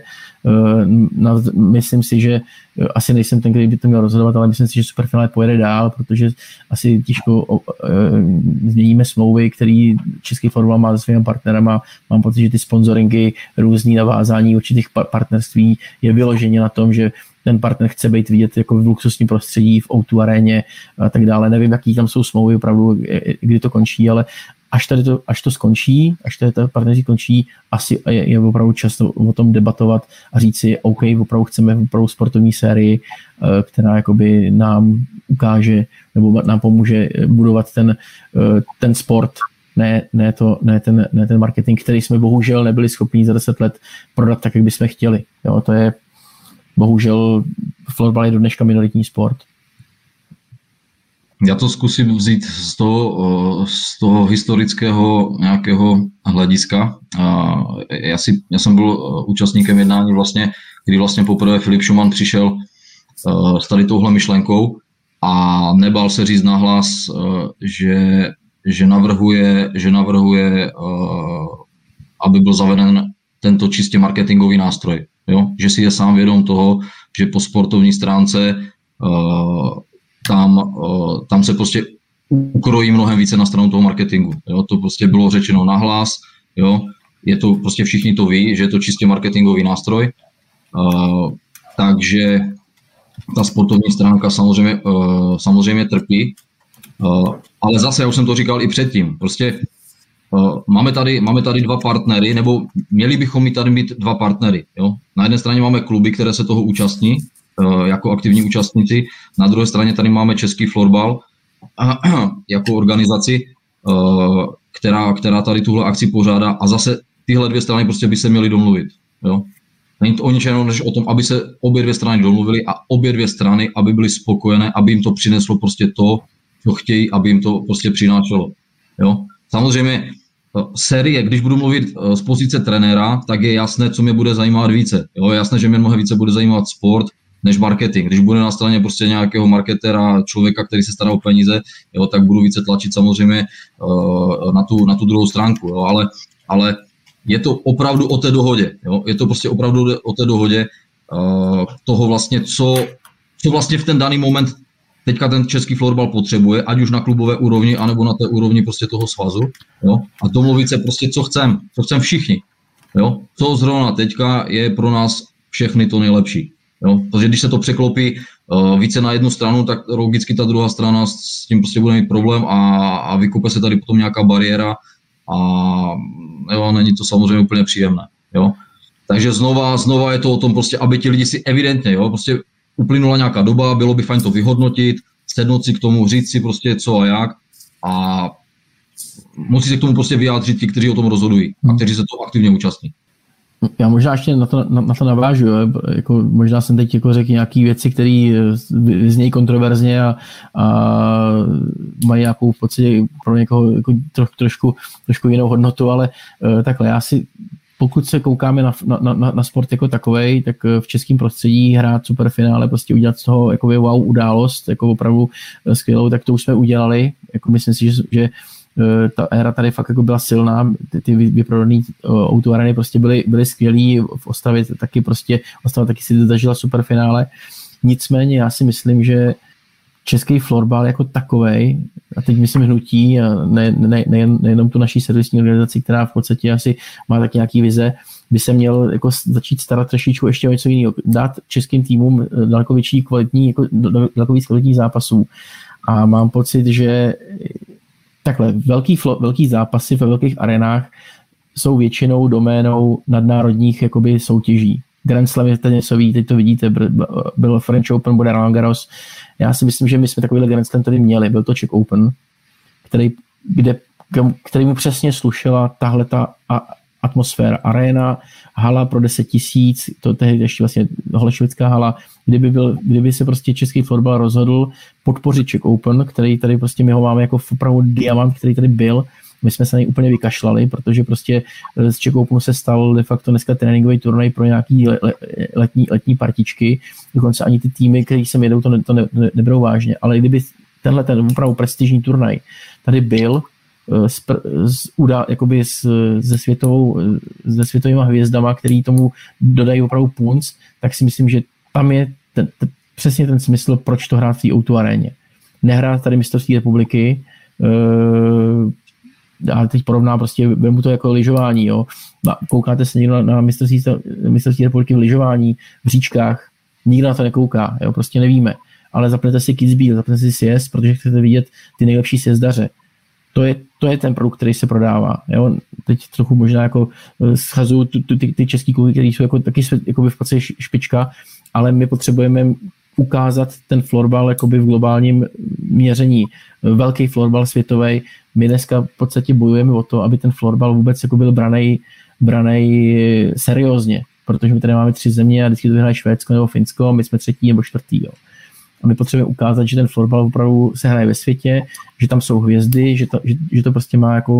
Myslím si, že asi nejsem ten, který by to měl rozhodovat, ale myslím si, že superfinále pojede dál, protože asi těžko změníme smlouvy, který český florbal má se svými partnerama. Mám pocit, že ty sponsoringy, různý navázání určitých partnerství je vyloženě na tom, že ten partner chce být vidět jako v luxusním prostředí, v O2 aréně a tak dále. Nevím, jaký tam jsou smlouvy, opravdu, kdy to končí, ale až to skončí, až to partnerství končí, asi je opravdu čas o tom debatovat a říct si, OK, opravdu chceme opravdu sportovní sérii, která jakoby nám ukáže nebo nám pomůže budovat ten sport, ne ten marketing, který jsme bohužel nebyli schopni za 10 let prodat tak, jak bychom chtěli. Jo, to je bohužel florbal je do dneška minoritní sport. Já to zkusím vzít z toho historického nějakého hlediska. Já jsem byl účastníkem jednání vlastně, kdy vlastně poprvé Filip Schumann přišel s tady touhle myšlenkou a nebál se říct nahlas, že navrhuje, aby byl zaveden tento čistě marketingový nástroj. Jo? Že si je sám vědom toho, že po sportovní stránce tam se prostě ukrojí mnohem více na stranu toho marketingu. Jo? To prostě bylo řečeno nahlas, jo? Je to prostě všichni to ví, že je to čistě marketingový nástroj, takže ta sportovní stránka samozřejmě trpí, ale zase, já už jsem to říkal i předtím, prostě máme tady 2 partnery, nebo měli bychom mít tady mít 2 partnery. Jo? Na jedné straně máme kluby, které se toho účastní, jako aktivní účastníci, na druhé straně tady máme Český florbal jako organizaci, která tady tuhle akci pořádá a zase tyhle 2 strany prostě by se měly domluvit. Jo? Není to o ničem než o tom, aby se obě 2 strany domluvily a obě 2 strany, aby byly spokojené, aby jim to přineslo prostě to, co chtějí, aby jim to prostě přinášelo. Jo? Samozřejmě série, když budu mluvit z pozice trenéra, tak je jasné, co mě bude zajímat více. Jo? Je jasné, že mě mnohem více bude zajímat sport, než marketing. Když bude na straně prostě nějakého marketera, člověka, který se stará o peníze, jo, tak budu více tlačit samozřejmě na tu druhou stránku, jo, ale je to opravdu o té dohodě, jo, je to prostě opravdu o té dohodě toho vlastně, co vlastně v ten daný moment teďka ten český florbal potřebuje, ať už na klubové úrovni, anebo na té úrovni prostě toho svazu, jo, a domluvit se prostě, co chcem všichni, jo, co zrovna teďka je pro nás všechny to nejlepší, jo, protože když se to překlopí více na jednu stranu, tak logicky ta druhá strana s tím prostě bude mít problém a vykope se tady potom nějaká bariéra a jo, není to samozřejmě úplně příjemné, jo. Takže znova je to o tom prostě, aby ti lidi si evidentně, jo, prostě uplynula nějaká doba, bylo by fajn to vyhodnotit, sednout si k tomu, říct si prostě co a jak a musí se k tomu prostě vyjádřit ti, kteří o tom rozhodují a kteří se to aktivně účastní. Já možná ještě na to navážu, jako možná jsem teď jako řekl nějaké věci, které znějí kontroverzně a mají nějakou v podstatě pro někoho jako trošku jinou hodnotu, ale takhle já si, pokud se koukáme na sport jako takovej, tak v českém prostředí hrát superfinále, prostě udělat z toho jako wow událost, jako opravdu skvělou, tak to už jsme udělali. Jako myslím si, že ta éra tady fakt jako byla silná, ty vyprodané O2 Areny prostě byly skvělý, v Ostravě taky prostě, Ostrava taky si zažila superfinále. Nicméně já si myslím, že český florbal jako takovej, a teď myslím hnutí, a nejenom tu naší servisní organizaci, která v podstatě asi má taky nějaký vize, by se měl jako začít starat trošičku ještě o něco jiného. Dát českým týmům daleko víc kvalitních zápasů. A mám pocit, že takhle, velký zápasy ve velkých arenách jsou většinou doménou nadnárodních jakoby soutěží. Grand Slam je tenisový, teď to vidíte, byl French Open, bude Roland Garros. Já si myslím, že my jsme takovýhle Grand Slam tady měli, byl to Czech Open, který mu přesně slušela tahle ta atmosféra, arena, hala pro 10 000, to tehdy ještě vlastně holešovická hala, kdyby se prostě český florbal rozhodl podpořit Czech Open, který tady prostě my ho máme jako opravdu diamant, který tady byl, my jsme se na něj úplně vykašlali, protože prostě z Czech Openu se stal de facto dneska tréninkový turnaj pro nějaký letní partičky, dokonce ani ty týmy, který sem jedou, to neberou vážně, ale kdyby ten opravdu prestižní turnaj tady byl, se světovými hvězdama, který tomu dodají opravdu punc, tak si myslím, že tam je přesně ten smysl, proč to hrát v té O2 aréně. Nehrát tady mistrovství republiky, ale teď porovná prostě, vemu to jako lyžování, jo. Koukáte se někdo na mistrovství republiky v lyžování, v říčkách, nikdo na to nekouká, jo, prostě nevíme. Ale zapnete si Kitzbühel, zapnete si sjezd, protože chcete vidět ty nejlepší sjezdaře. To je ten produkt, který se prodává. Jo? Teď trochu možná jako schazuju ty český kluby, které jsou jako taky jakoby v podstatě špička, ale my potřebujeme ukázat ten florbal jakoby v globálním měření. Velký florbal světový. My dneska v podstatě bojujeme o to, aby ten florbal vůbec jako byl branej seriózně, protože my tady máme 3 země a vždycky to vyhraje Švédsko nebo Finsko, my jsme 3. nebo 4. Jo. A my potřebujeme ukázat, že ten florbal opravdu se hraje ve světě, že tam jsou hvězdy, že to prostě má jako,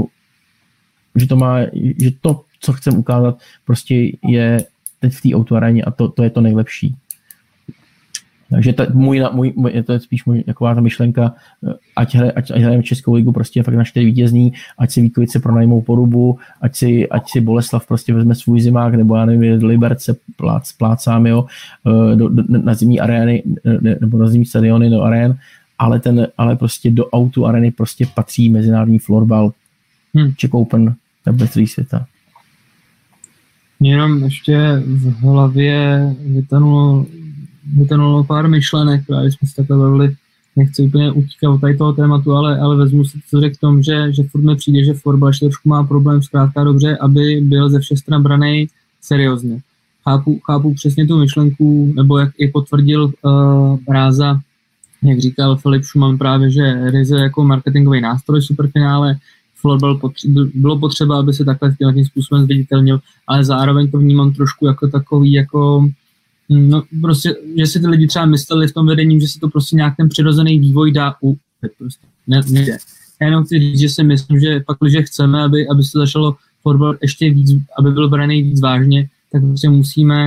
že to, co chcem ukázat, prostě je teď v té O2 aréně a to je to nejlepší. Takže to je spíš taková ta myšlenka, ať hrajeme Českou ligu prostě fakt na 4 vítězní, ať si Víkovice pronajmou Porubu, ať si Boleslav prostě vezme svůj zimák, nebo já nevím, Liberce plácám, jo, na zimní arény, nebo na zimní stadiony do arén, ale prostě do O2 arény prostě patří mezinárodní florbal, Czech Open, nebo celý světa. Jenom ještě v hlavě vytanulo pár myšlenek, právě jsme se takhle bavili, nechci úplně utíkat od tady toho tématu, ale vezmu si to řekl k tomu, že furt mi přijde, že florbal ještě trošku má problém zkrátka dobře, aby byl ze všech stran branej seriózně. Chápu přesně tu myšlenku, nebo jak i potvrdil Ráza, jak říkal Filip Schumann právě, že ryze jako marketingový nástroj superfinále, florbal bylo potřeba, aby se takhle nějakým způsobem zviditelnil, ale zároveň to vnímám trošku jako takový, jako no prostě, že si ty lidi třeba mysleli v tom vedení, že se to prostě nějak ten přirozený vývoj dá prostě nejde. Já jenom chci říct, že si myslím, že pak, když chceme, aby se začalo florbal ještě víc, aby byl braný víc vážně, tak prostě musíme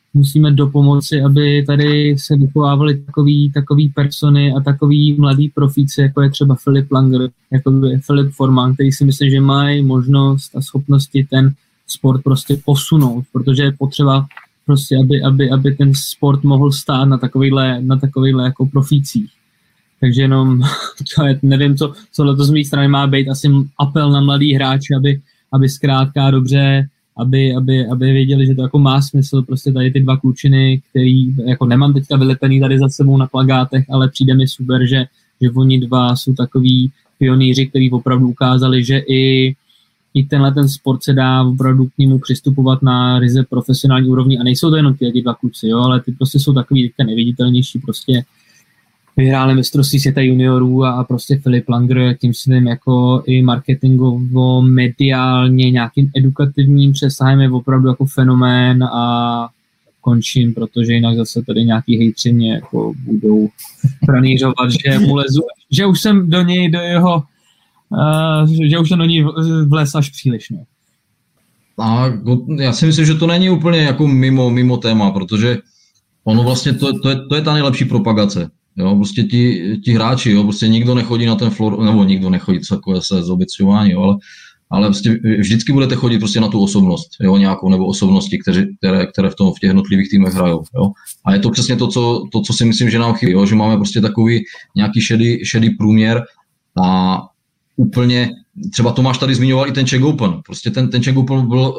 musíme dopomoci, aby tady se vychovávaly takový persony a takový mladý profíci, jako je třeba Filip Langer, jako je Filip Forman, který si myslím, že mají možnost a schopnosti ten sport prostě posunout, protože je potřeba prostě, aby ten sport mohl stát na takovýhle jako profících. Takže jenom, nevím, co letos z mé strany má být, asi apel na mladý hráče, aby zkrátka dobře, aby věděli, že to jako má smysl, prostě tady ty dva klučiny, který jako nemám teďka vylepený tady za sebou na plakátech, ale přijde mi super, že oni dva jsou takový pionýři, kteří opravdu ukázali, že i tenhle ten sport se dá opravdu k němu přistupovat na ryze profesionální úrovni a nejsou to jenom ty dva kluci, jo, ale ty prostě jsou takový teďka neviditelnější, prostě vyhráli mistrovství světa juniorů a prostě Filip Langer tím svým jako i marketingovo, mediálně, nějakým edukativním přesahem je opravdu jako fenomén a končím, protože jinak zase tady nějaký hejtři mě jako budou pranířovat, že mu lezu, že už jsem do něj, že už jsem do něj vlez až příliš, no. A já si myslím, že to není úplně jako mimo téma, protože ono vlastně to je ta nejlepší propagace. Jo, prostě ti hráči, jo, prostě nikdo nechodí na ten floor, nebo nikdo nechodí, takové se zobecňování, jo, ale prostě vždycky budete chodit prostě na tu osobnost, jo, nějakou nebo osobnosti, které v těch jednotlivých týmech hrajou, jo. A je to přesně to, co si myslím, že nám chybí, jo, že máme prostě takový nějaký šedý průměr a úplně, třeba Tomáš tady zmiňoval i ten Czech Open, prostě ten Czech Open byl,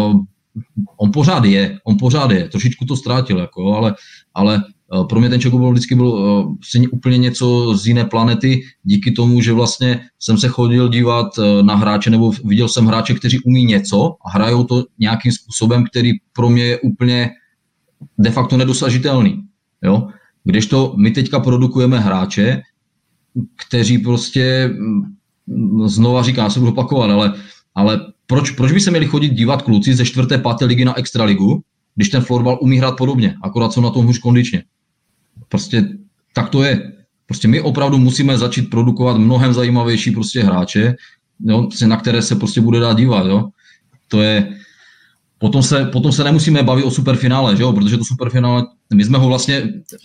on pořád je, trošičku to ztrátil, jako, jo, ale pro mě ten Czech Open vždycky byl úplně něco z jiné planety, díky tomu, že vlastně jsem se chodil dívat na hráče, nebo viděl jsem hráče, kteří umí něco a hrajou to nějakým způsobem, který pro mě je úplně de facto nedosažitelný. Jo? Kdežto my teďka produkujeme hráče, kteří prostě, znova říkám, já se budu opakovat, ale proč by se měli chodit dívat kluci ze 4. 5. ligy na extraligu, když ten florbal umí hrát podobně, akorát jsou na tom hůř kondičně. Prostě tak to je. Prostě my opravdu musíme začít produkovat mnohem zajímavější prostě hráče, jo, na které se prostě bude dát dívat. Jo. To je, potom se nemusíme bavit o superfinále, že jo, protože to superfinále, my jsme ho vlastně,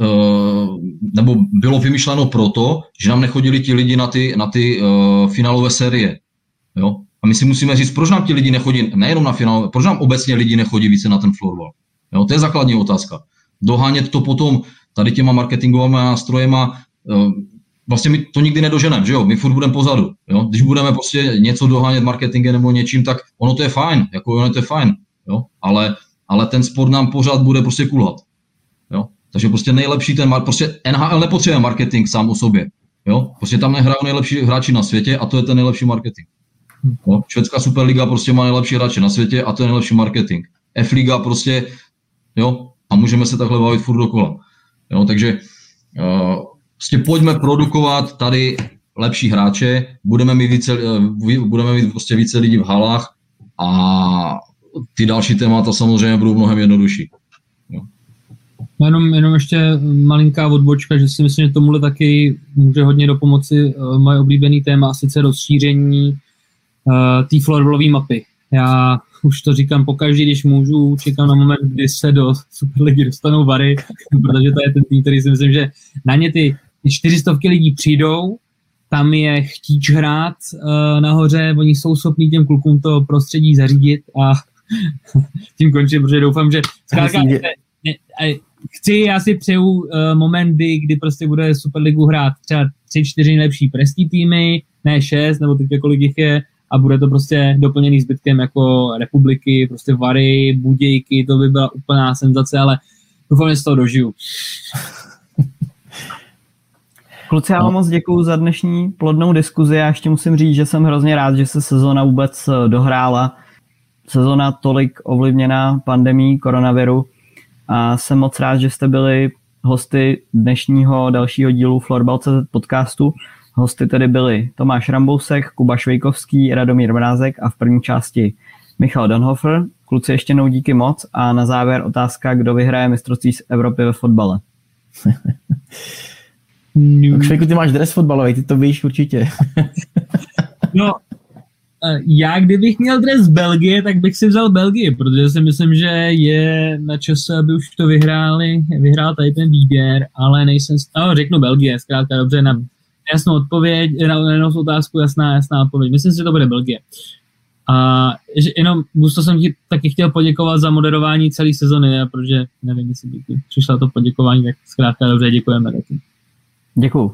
nebo bylo vymyšleno proto, že nám nechodili ti lidi na ty finálové série. Jo. A my si musíme říct, proč nám ti lidi nechodí, nejenom na finále, proč nám obecně lidi nechodí více na ten florbal. Jo, to je základní otázka. Dohánět to potom tady těma marketingovými nástrojema, vlastně my to nikdy nedoženeme, že jo, my furt budeme pozadu, jo, když budeme prostě něco dohánět marketingem nebo něčím, tak ono to je fajn, jo, ale ten sport nám pořád bude prostě kulhat, jo, takže prostě nejlepší prostě NHL nepotřebuje marketing sám o sobě, jo, prostě tam nehrajou nejlepší hráči na světě a to je ten nejlepší marketing. Jo? Švédská Superliga prostě má nejlepší hráče na světě a to je nejlepší marketing. F-liga prostě, jo, a můžeme se takhle bavit furt dokola. Jo, takže prostě pojďme produkovat tady lepší hráče, budeme mít prostě více lidí v halách a ty další témata samozřejmě budou mnohem jednodušší. Jo. Jenom ještě malinká odbočka, že si myslím, že tomuhle taky může hodně dopomoci moje oblíbený téma, a sice rozšíření té florbalové mapy. Já už to říkám pokaždé, když můžu, čekám na moment, kdy se do Superligy dostanou Vary, protože to je ten tým, který si myslím, že na ně ty 400 lidí přijdou, tam je chtíč hrát nahoře, oni jsou schopní těm klukům to prostředí zařídit a tím končím, protože doufám, že já si přeju moment, kdy prostě bude Superligu hrát třeba 3-4 nejlepší pražský týmy, ne 6, nebo teď kolik jich je, a bude to prostě doplněný zbytkem jako republiky, prostě Vary, Budějky, to by byla úplná senzace, ale doufám, že z toho dožiju. Kluci, já vám moc děkuju za dnešní plodnou diskuzi. Já ještě musím říct, že jsem hrozně rád, že se sezona vůbec dohrála. Sezona tolik ovlivněná pandemií koronaviru a jsem moc rád, že jste byli hosty dnešního dalšího dílu Florbal.cz podcastu. Hosty tedy byli Tomáš Rambousek, Kuba Švejkovský, Radomír Mrázek a v první části Michal Donhofer. Kluci, ještě jednou díky moc a na závěr otázka, kdo vyhraje mistrovství z Evropy ve fotbale. Švejku, ty máš dres fotbalový, ty to víš určitě. No, Já kdybych měl dres Belgie, tak bych si vzal Belgii, protože si myslím, že je na čase, aby už to vyhrál tady ten výběr, ale nejsem, řeknu Belgie, zkrátka dobře, na jasnou odpověď, na jednou otázku, jasná odpověď. Myslím si, že to bude Belgie. A jenom Gusto jsem ti taky chtěl poděkovat za moderování celé sezony, protože nevím, jestli by ti přišlo to poděkování, tak zkrátka dobře, děkujeme taky. Děkuju.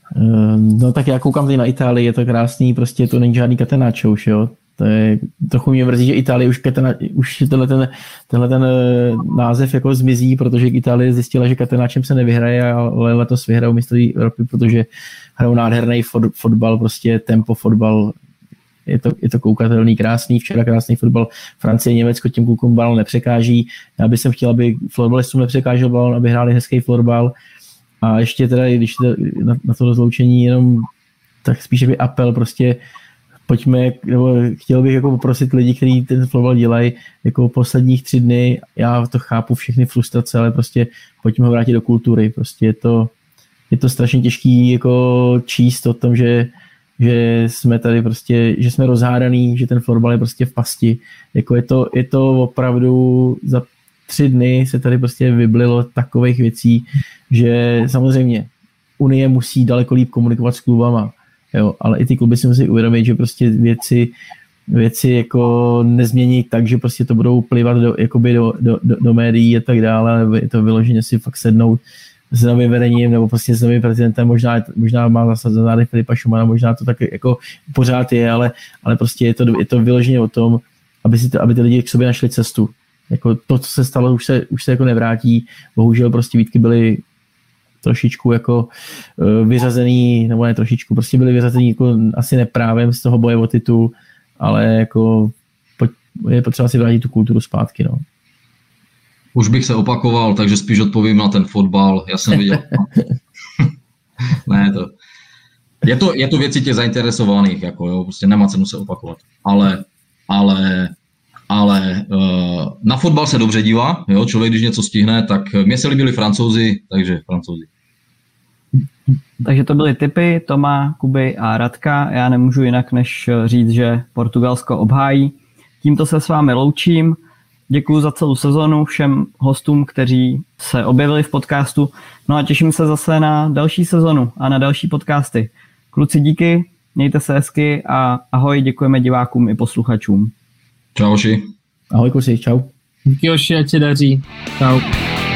No tak já koukám tady na Itálii, je to krásný, prostě to není žádný Catenaccio už, jo. To je, trochu mě mrzí, že Itálie už tenhle ten název jako zmizí, protože Itálie zjistila, že Catenacciem se nevyhraje, ale letos vyhrajou mistrovství Evropy, protože hrajou nádherný fotbal, prostě tempo fotbal, je to koukatelný, krásný, včera krásný fotbal, Francie, Německo tím klukům balon nepřekáží, já bych chtěl, aby florbalistům nepřekážel balon, aby hráli hezký florbal. A ještě teda, když na to rozloučení jenom, tak spíš jako apel, prostě pojďme, nebo chtěl bych jako poprosit lidi, kteří ten florbal dělají, jako posledních 3 dny, já to chápu, všechny frustrace, ale prostě pojďme ho vrátit do kultury, prostě je to strašně těžký jako číst o tom, že jsme tady prostě, že jsme rozhádaný, že ten florbal je prostě v pasti, jako je to opravdu za 3 dny se tady prostě vyblilo takových věcí, že samozřejmě Unie musí daleko líp komunikovat s klubama, jo, ale i ty kluby si musí uvědomit, že prostě věci jako nezmění tak, že prostě to budou plivat do médií a tak dále, ale je to vyloženě si fakt sednout s novým vedením nebo prostě s novým prezidentem, možná má zase za zády Filipa Schumana, možná to tak jako pořád je, ale prostě je to vyloženě o tom, aby ty lidi k sobě našli cestu. Jako to, co se stalo, už se jako nevrátí. Bohužel prostě výtky byly trošičku jako vyřazený, nebo ne trošičku, prostě byly vyřazený jako asi neprávem z toho boje o titul, ale jako je potřeba si vrátit tu kulturu zpátky, no. Už bych se opakoval, takže spíš odpovím na ten fotbal. Já jsem viděl. Ne, je to věci těch zainteresovaných, jako jo, prostě nemá cenu se opakovat. Ale na fotbal se dobře dívá, jo, člověk, když něco stihne, tak mě se líbili Francouzi, takže Francouzi. Takže to byly tipy Toma, Kuby a Radka. Já nemůžu jinak než říct, že Portugalsko obhájí. Tímto se s vámi loučím. Děkuji za celou sezonu všem hostům, kteří se objevili v podcastu. No a těším se zase na další sezonu a na další podcasty. Kluci, díky, mějte se hezky a ahoj, děkujeme divákům i posluchačům. Čau, Oši. Ahoj, kluci, čau. Díky, Oši, ať se daří. Čau.